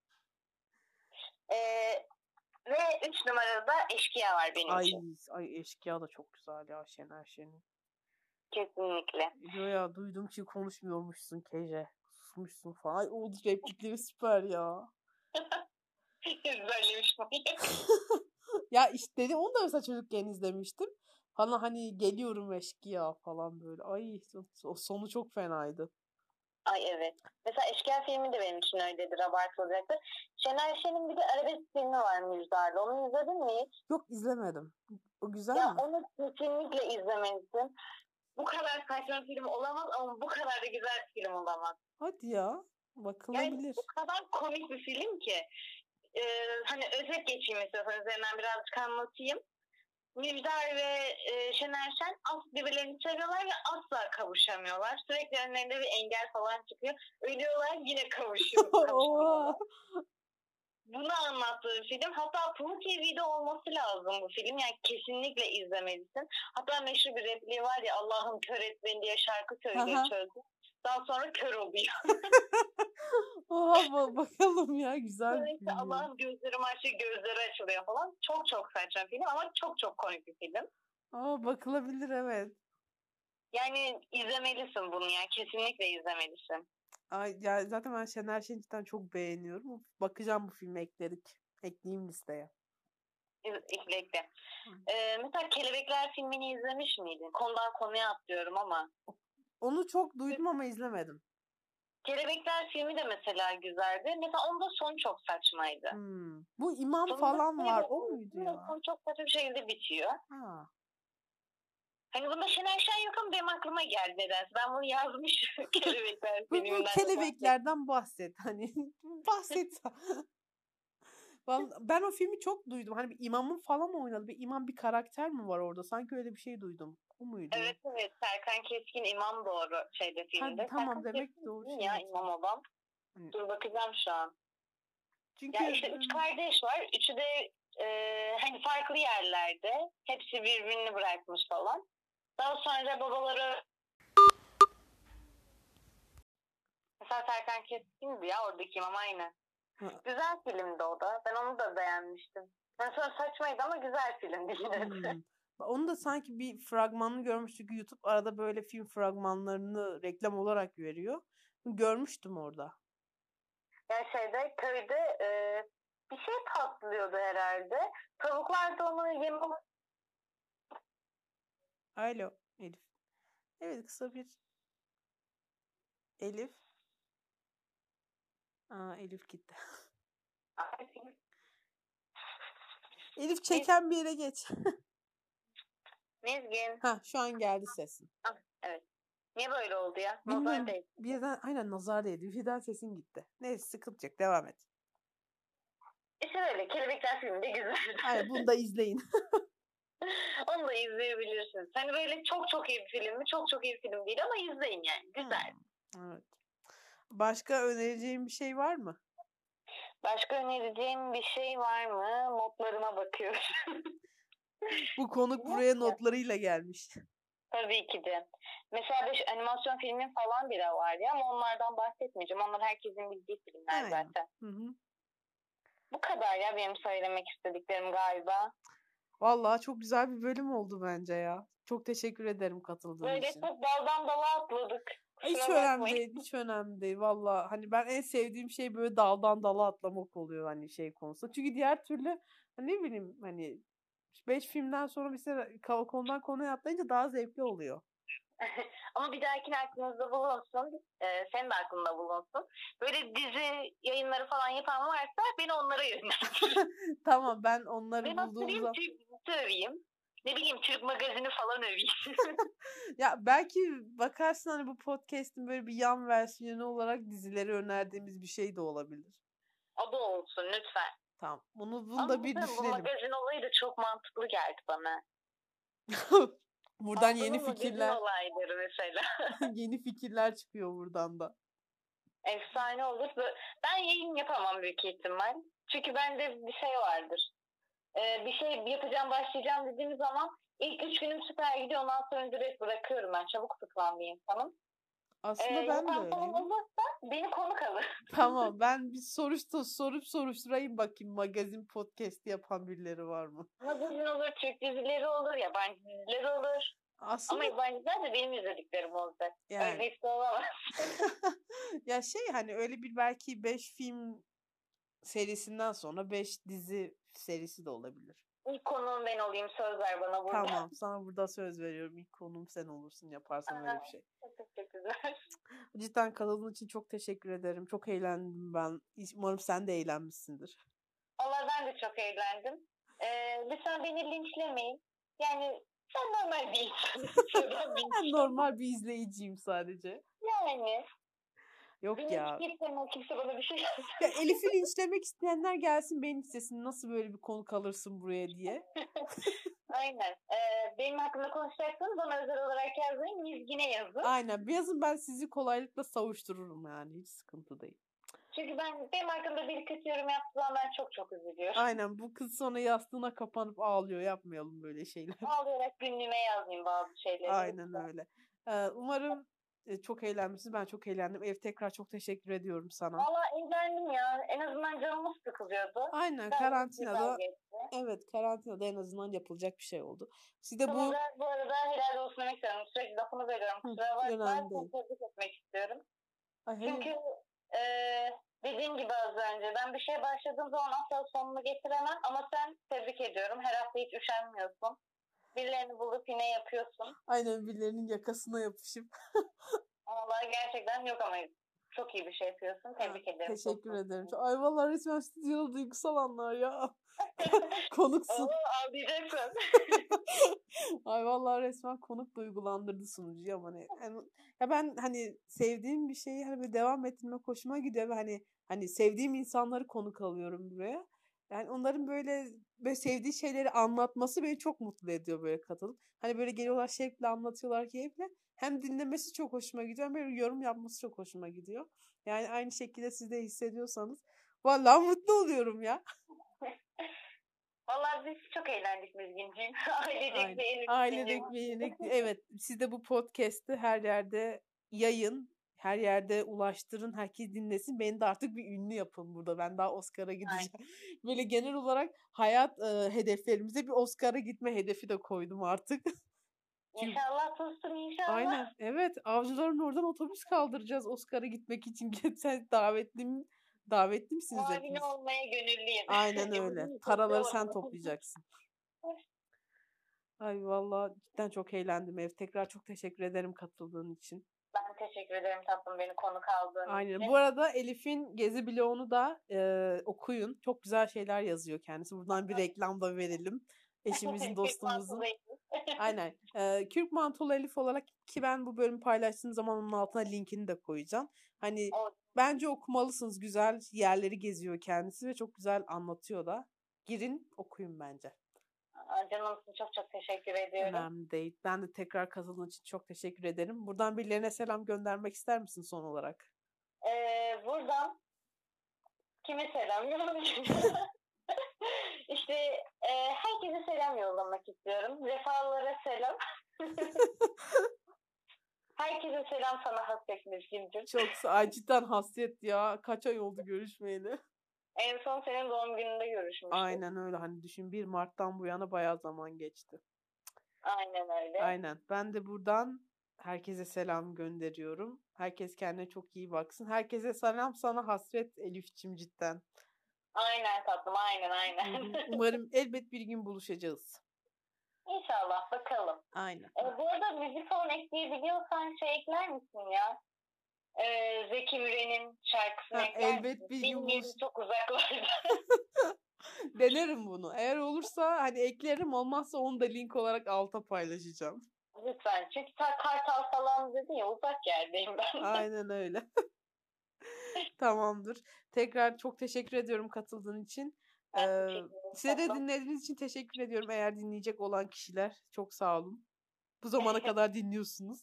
Ee, ve üç numarada Eşkıya var benim ay, için. Ay Eşkıya da çok güzel ya, Şener Şen'in. Kesinlikle. Yo ya, duydum ki konuşmuyormuşsun Kece. Susmuşsun falan. Ay o replikleri süper ya. Ezberlemiş Ya işte dedi, onu da mesela çocukken izlemiştim. Falan hani geliyorum Eşkıya falan böyle. Ay o sonu çok fenaydı. Ay evet. Mesela Eşkıya filmi de benim için öyledir, abartılacaktır. Şener Şen'in bir de arabesk filmi var Müjdar'da. Onu izledin mi hiç? Yok, izlemedim. O güzel ya mi? onu kesinlikle izlemelisin. Bu kadar saçma film olamaz ama bu kadar da güzel bir film olamaz. Hadi ya. Bakılabilir. Yani o kadar komik bir film ki. Ee, hani özet geçeyim istiyorsanız üzerinden birazcık anlatayım. Müjdar ve e, Şener Şen asla birbirlerini seviyorlar ve asla kavuşamıyorlar. Sürekli önlerinde bir engel falan çıkıyor. Ölüyorlar yine kavuşuyor. kavuşamıyorlar. Bunu anlattığı film. Hatta Pulu T V'de olması lazım bu film. Yani kesinlikle izlemelisin. Hatta meşhur bir repliği var ya, Allah'ım kör et beni diye şarkı söylüyor çölde. Daha sonra kör oluyor. Oha, bakalım ya, güzel bir film. Allah'ım gözlerim açıyor, gözleri açılıyor falan. Çok çok saçma film ama çok çok komik bir film. Aa, bakılabilir, evet. Yani izlemelisin bunu ya. Kesinlikle izlemelisin. Ay, ya zaten ben Şener Şen'i cidden çok beğeniyorum. Bakacağım bu filmi, ekledik. Ekleyeyim listeye. İlklikle. Ee, mesela Kelebekler filmini izlemiş miydin? Konudan konuya atlıyorum ama. Onu çok duydum ama izlemedim. Kelebekler filmi de mesela güzeldi. Mesela onda son çok saçmaydı. Hmm. Bu imam Sonunda falan var. O muydu ya? Son çok saçma bir şekilde bitiyor. Ha. Hani bunda Şener Şen yok ama benim aklıma geldi nedense. Ben bunu yazmışım. Kelebekler bu, filminden. bu kelebeklerden bahset. Hani bahset. ben, ben o filmi çok duydum. Hani bir imamın falan mı oynadı? Bir imam, bir karakter mi var orada? Sanki öyle bir şey duydum. O muydu? Evet evet. Serkan Keskin imam doğru şeyde filmde. Ha, tamam, Serkan demek Keskin doğru ya şey. imam olan. Hani... Dur bakacağım şu an. Çünkü Ya işte üç kardeş var. Üçü de e, hani farklı yerlerde. Hepsi birbirini bırakmış falan. Daha sonra babaları mesela Serkan Keskin'di ya oradaki imam aynı. Ha. Güzel filmdi o da. Ben onu da beğenmiştim. Yani sonra saçmaydı ama güzel filmdi yine de. Hmm. Onu da sanki bir fragmanını görmüştük. YouTube arada böyle film fragmanlarını reklam olarak veriyor. Görmüştüm orada. Yani şeyde köyde e, bir şey patlıyordu herhalde. Tavuklar da onu yeme... Alo Elif. Evet, kısa bir Elif. Aa, Elif gitti. Elif çeken bir yere geç. Mizgin. Ha, şu an geldi sesin. Ah, evet. Niye böyle oldu ya? Bilmiyorum. Nazar değdi. Birden, aynen nazar değdi. Birden sesin gitti. Neyse, sıkıntı yok. Devam et. İşte öyle. Kelebekler filmi de güzel. Aynen, bunu da izleyin. Onu da izleyebilirsiniz. Hani böyle çok çok iyi bir film mi? Çok çok iyi bir film değil ama izleyin yani. Güzel. Hmm, evet. Başka önereceğin bir şey var mı? Başka önereceğim bir şey var mı? Notlarıma bakıyorum. Bu konuk buraya notlarıyla gelmiş. Tabii ki de. Mesela şu animasyon filmi falan bile var ya, ama onlardan bahsetmeyeceğim. Onlar herkesin bildiği filmler Aynen. zaten. Hı hı. Bu kadar ya benim söylemek istediklerim galiba. Vallahi çok güzel bir bölüm oldu bence ya. Çok teşekkür ederim katıldığın Böyle için. çok daldan dala atladık. Ay, hiç Kusura önemli bakmayın. değil, hiç önemli değil. Vallahi hani ben en sevdiğim şey böyle daldan dala atlamak oluyor hani şey konusunda. Çünkü diğer türlü hani ne bileyim hani beş filmden sonra mesela ka- konudan konuya atlayınca daha zevkli oluyor. Ama bir dahakine aklınızda bulunsun. Ee, senin de aklında bulunsun. Böyle dizi yayınları falan yapan varsa beni onlara yönlendir. Tamam, ben onları Ben bulduğum hatırlayayım, zaman. Türk dizisi öveyim. Ne bileyim, Türk magazini falan öveyim. Ya belki bakarsın hani bu podcast'in böyle bir yan versiyonu olarak dizileri önerdiğimiz bir şey de olabilir. O da olsun lütfen. Tamam. Bunu, bunu Ama da bir bu, bu düşünelim. magazin olayı da çok mantıklı geldi bana. Buradan yeni Ablanın magazin fikirler, olayları mesela. yeni fikirler çıkıyor buradan da. Efsane olur. Ben yayın yapamam büyük ihtimal. Çünkü bende bir şey vardır. Ee, bir şey yapacağım, başlayacağım dediğim zaman ilk üç günüm süper gidiyor. Ondan sonra direkt bırakıyorum ben. Çabuk sıkılan bir insanım. Aslında Ee, ben de yapan falan öyleyim. olursa beni konuk alır. Tamam, ben bir soruştur, sorup soruşturayım bakayım magazin podcast yapan birileri var mı? Magazin olur, Türk dizileri olur, yabancı dizileri olur. Aslında Ama yabancılar da benim izlediklerim olacak. yani. Öyle hepsi olamaz. Ya şey hani öyle bir belki beş film serisinden sonra beş dizi serisi de olabilir. İlk konuğum ben olayım, söz ver bana burada. Tamam, sana burada söz veriyorum. İlk konuğum sen olursun yaparsan öyle bir şey. Çok teşekkürler. Cidden katıldığın için çok teşekkür ederim. Çok eğlendim ben. Umarım sen de eğlenmişsindir. Valla ben de çok eğlendim. Ee, lütfen beni linçlemeyin. Yani sen normal bir insansın. Ben normal bir izleyiciyim sadece. Yani. Yok Beni ya. linçleme, kimse bana bir şey Ya Elif'i linçlemek isteyenler gelsin beni istesin. Nasıl böyle bir konuk alırsın buraya diye. Aynen. Ee, benim hakkında konuşacaksanız bana özel olarak yazmayın. Mizgine yazın. Aynen. Yazın, ben sizi kolaylıkla savuştururum yani. Hiç sıkıntı değil. Çünkü ben benim hakkında bir kötü yorum yaptığı zaman ben çok çok üzülüyorum. Aynen. Bu kız sonra yastığına kapanıp ağlıyor. Yapmayalım böyle şeyler. Ağlayarak günlüğüme yazmayayım bazı şeyleri. Aynen öyle. Ee, umarım e, çok eğlenmişsiniz. Ben çok eğlendim. Ev, tekrar çok teşekkür ediyorum sana. Valla eğlendim ya. En azından canımız sıkılıyordu. Aynen, Gayet karantinada. güzel geçti. Evet, karantinada en azından yapılacak bir şey oldu. Siz de bu... Sonra bu arada helal olsun demek istiyorum. Sürekli lafını bölüyorum. Kusura bakma. önemli Çok değil. tebrik etmek istiyorum. Ay, hayır. Çünkü e, dediğim gibi az önce ben bir şeye başladığım zaman asla sonunu getiremem. Ama sen, tebrik ediyorum. Her hafta hiç üşenmiyorsun. Birilerini bulup yine yapıyorsun. Aynen, birilerinin yakasına yapışıp. Vallahi gerçekten yok ama çok iyi bir şey yapıyorsun. Tebrik Ha, ederim. teşekkür ederim. Ay vallahi resmen stüdyoda duygusal anlar ya. Konuksun. Oo, ağlayacaksın. Ay vallahi resmen konuk duygulandırdı sunucuyu ama hani yani, ya ben hani sevdiğim bir şeyi hani böyle devam ettirmek hoşuma gidiyor ve hani hani sevdiğim insanları konuk alıyorum buraya. Yani onların böyle böyle sevdiği şeyleri anlatması beni çok mutlu ediyor böyle katılıp. Hani böyle geliyorlar şevkle anlatıyorlar keyifle. Hem dinlemesi çok hoşuma gidiyor hem böyle yorum yapması çok hoşuma gidiyor. Yani aynı şekilde siz de hissediyorsanız vallahi mutlu oluyorum ya. Vallahi biz çok eğlendik Mizginciğim. Ailecek bir eğlendik. Ailecek bir eğlendik. Evet, siz de bu podcast'i her yerde yayın, her yerde ulaştırın, herkes dinlesin. Beni de artık bir ünlü yapın burada. Ben daha Oscar'a gideceğim. Aynen. Böyle genel olarak hayat e, hedeflerimize bir Oscar'a gitme hedefi de koydum artık. İnşallah tutsun inşallah. Aynen. Evet, Avcıların oradan otobüs kaldıracağız Oscar'a gitmek için. Sen davetlim davetli misiniz hepiniz? Muavini olmaya gönüllüyüm. Aynen öyle. Paraları sen toplayacaksın. Ay vallahi cidden çok eğlendim Ev. Tekrar çok teşekkür ederim katıldığın için. Ben teşekkür ederim tatlım, beni konuk aldığın Aynen. için. Bu arada Elif'in gezi bloğunu da e, okuyun. Çok güzel şeyler yazıyor kendisi. Buradan bir reklam da verelim. Eşimizin, dostumuzun. Aynen. E, Kürk Mantolu Elif olarak, ki ben bu bölümü paylaştığım zaman onun altına linkini de koyacağım. Hani o, bence okumalısınız. Güzel yerleri geziyor kendisi ve çok güzel anlatıyor da. Girin okuyun bence. Canımsın, çok çok teşekkür ediyorum. Önemli değil. Ben de tekrar katıldığın için çok teşekkür ederim. Buradan birilerine selam göndermek ister misin son olarak? Ee, buradan kime selam İşte e, herkese selam yollamak istiyorum. Vefalılara selam. Herkese selam, sana hasret Mesut'cum. Çok sağ ay cidden hasret ya. Kaç ay oldu görüşmeyeli. En son senin doğum gününde görüşmüştük. Aynen öyle. Hani düşün bir Mart'tan bu yana bayağı zaman geçti. Aynen öyle. Aynen. Ben de buradan herkese selam gönderiyorum. Herkes kendine çok iyi baksın. Herkese selam, sana hasret Elif'cim cidden. Aynen tatlım, aynen aynen. Umarım elbet bir gün buluşacağız. İnşallah, bakalım. Aynen. E, bu arada müzik falan ekleyebiliyorsan şey ekler misin ya? Ee, Zeki Müren'in şarkısını Ha, ekler elbet misin? bir gün Bilmiyorum, buluş- çok uzaklarda. Denerim bunu. Eğer olursa hani eklerim, olmazsa onu da link olarak alta paylaşacağım. Lütfen. Çünkü ta Kartal falan dedi ya, uzak yerdeyim ben. Aynen öyle. Tamamdır. Tekrar çok teşekkür ediyorum katıldığın için. Ben Ee, teşekkür ederim size de tatlım. dinlediğiniz için teşekkür ediyorum. Eğer dinleyecek olan kişiler çok sağ olun. Bu zamana kadar dinliyorsunuz.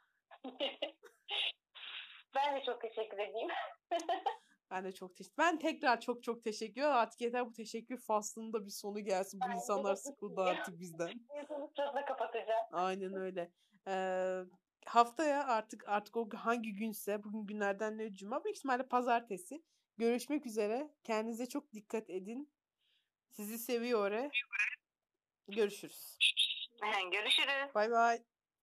Ben de çok teşekkür edeyim. Ben de çok teşekkür Ben tekrar çok çok teşekkür ederim. Artık yeter, bu teşekkür faslının da bir sonu gelsin. Bu Ben insanlar de sıkıldı artık bizden. YouTube'u sırasına kapatacağım. Aynen öyle. Ee, haftaya artık artık o hangi günse, bugün günlerden ne, cuma, büyük ihtimalle pazartesi. Görüşmek üzere. Kendinize çok dikkat edin. Sizi seviyor. Görüşürüz. Görüşürüz. Bay bay.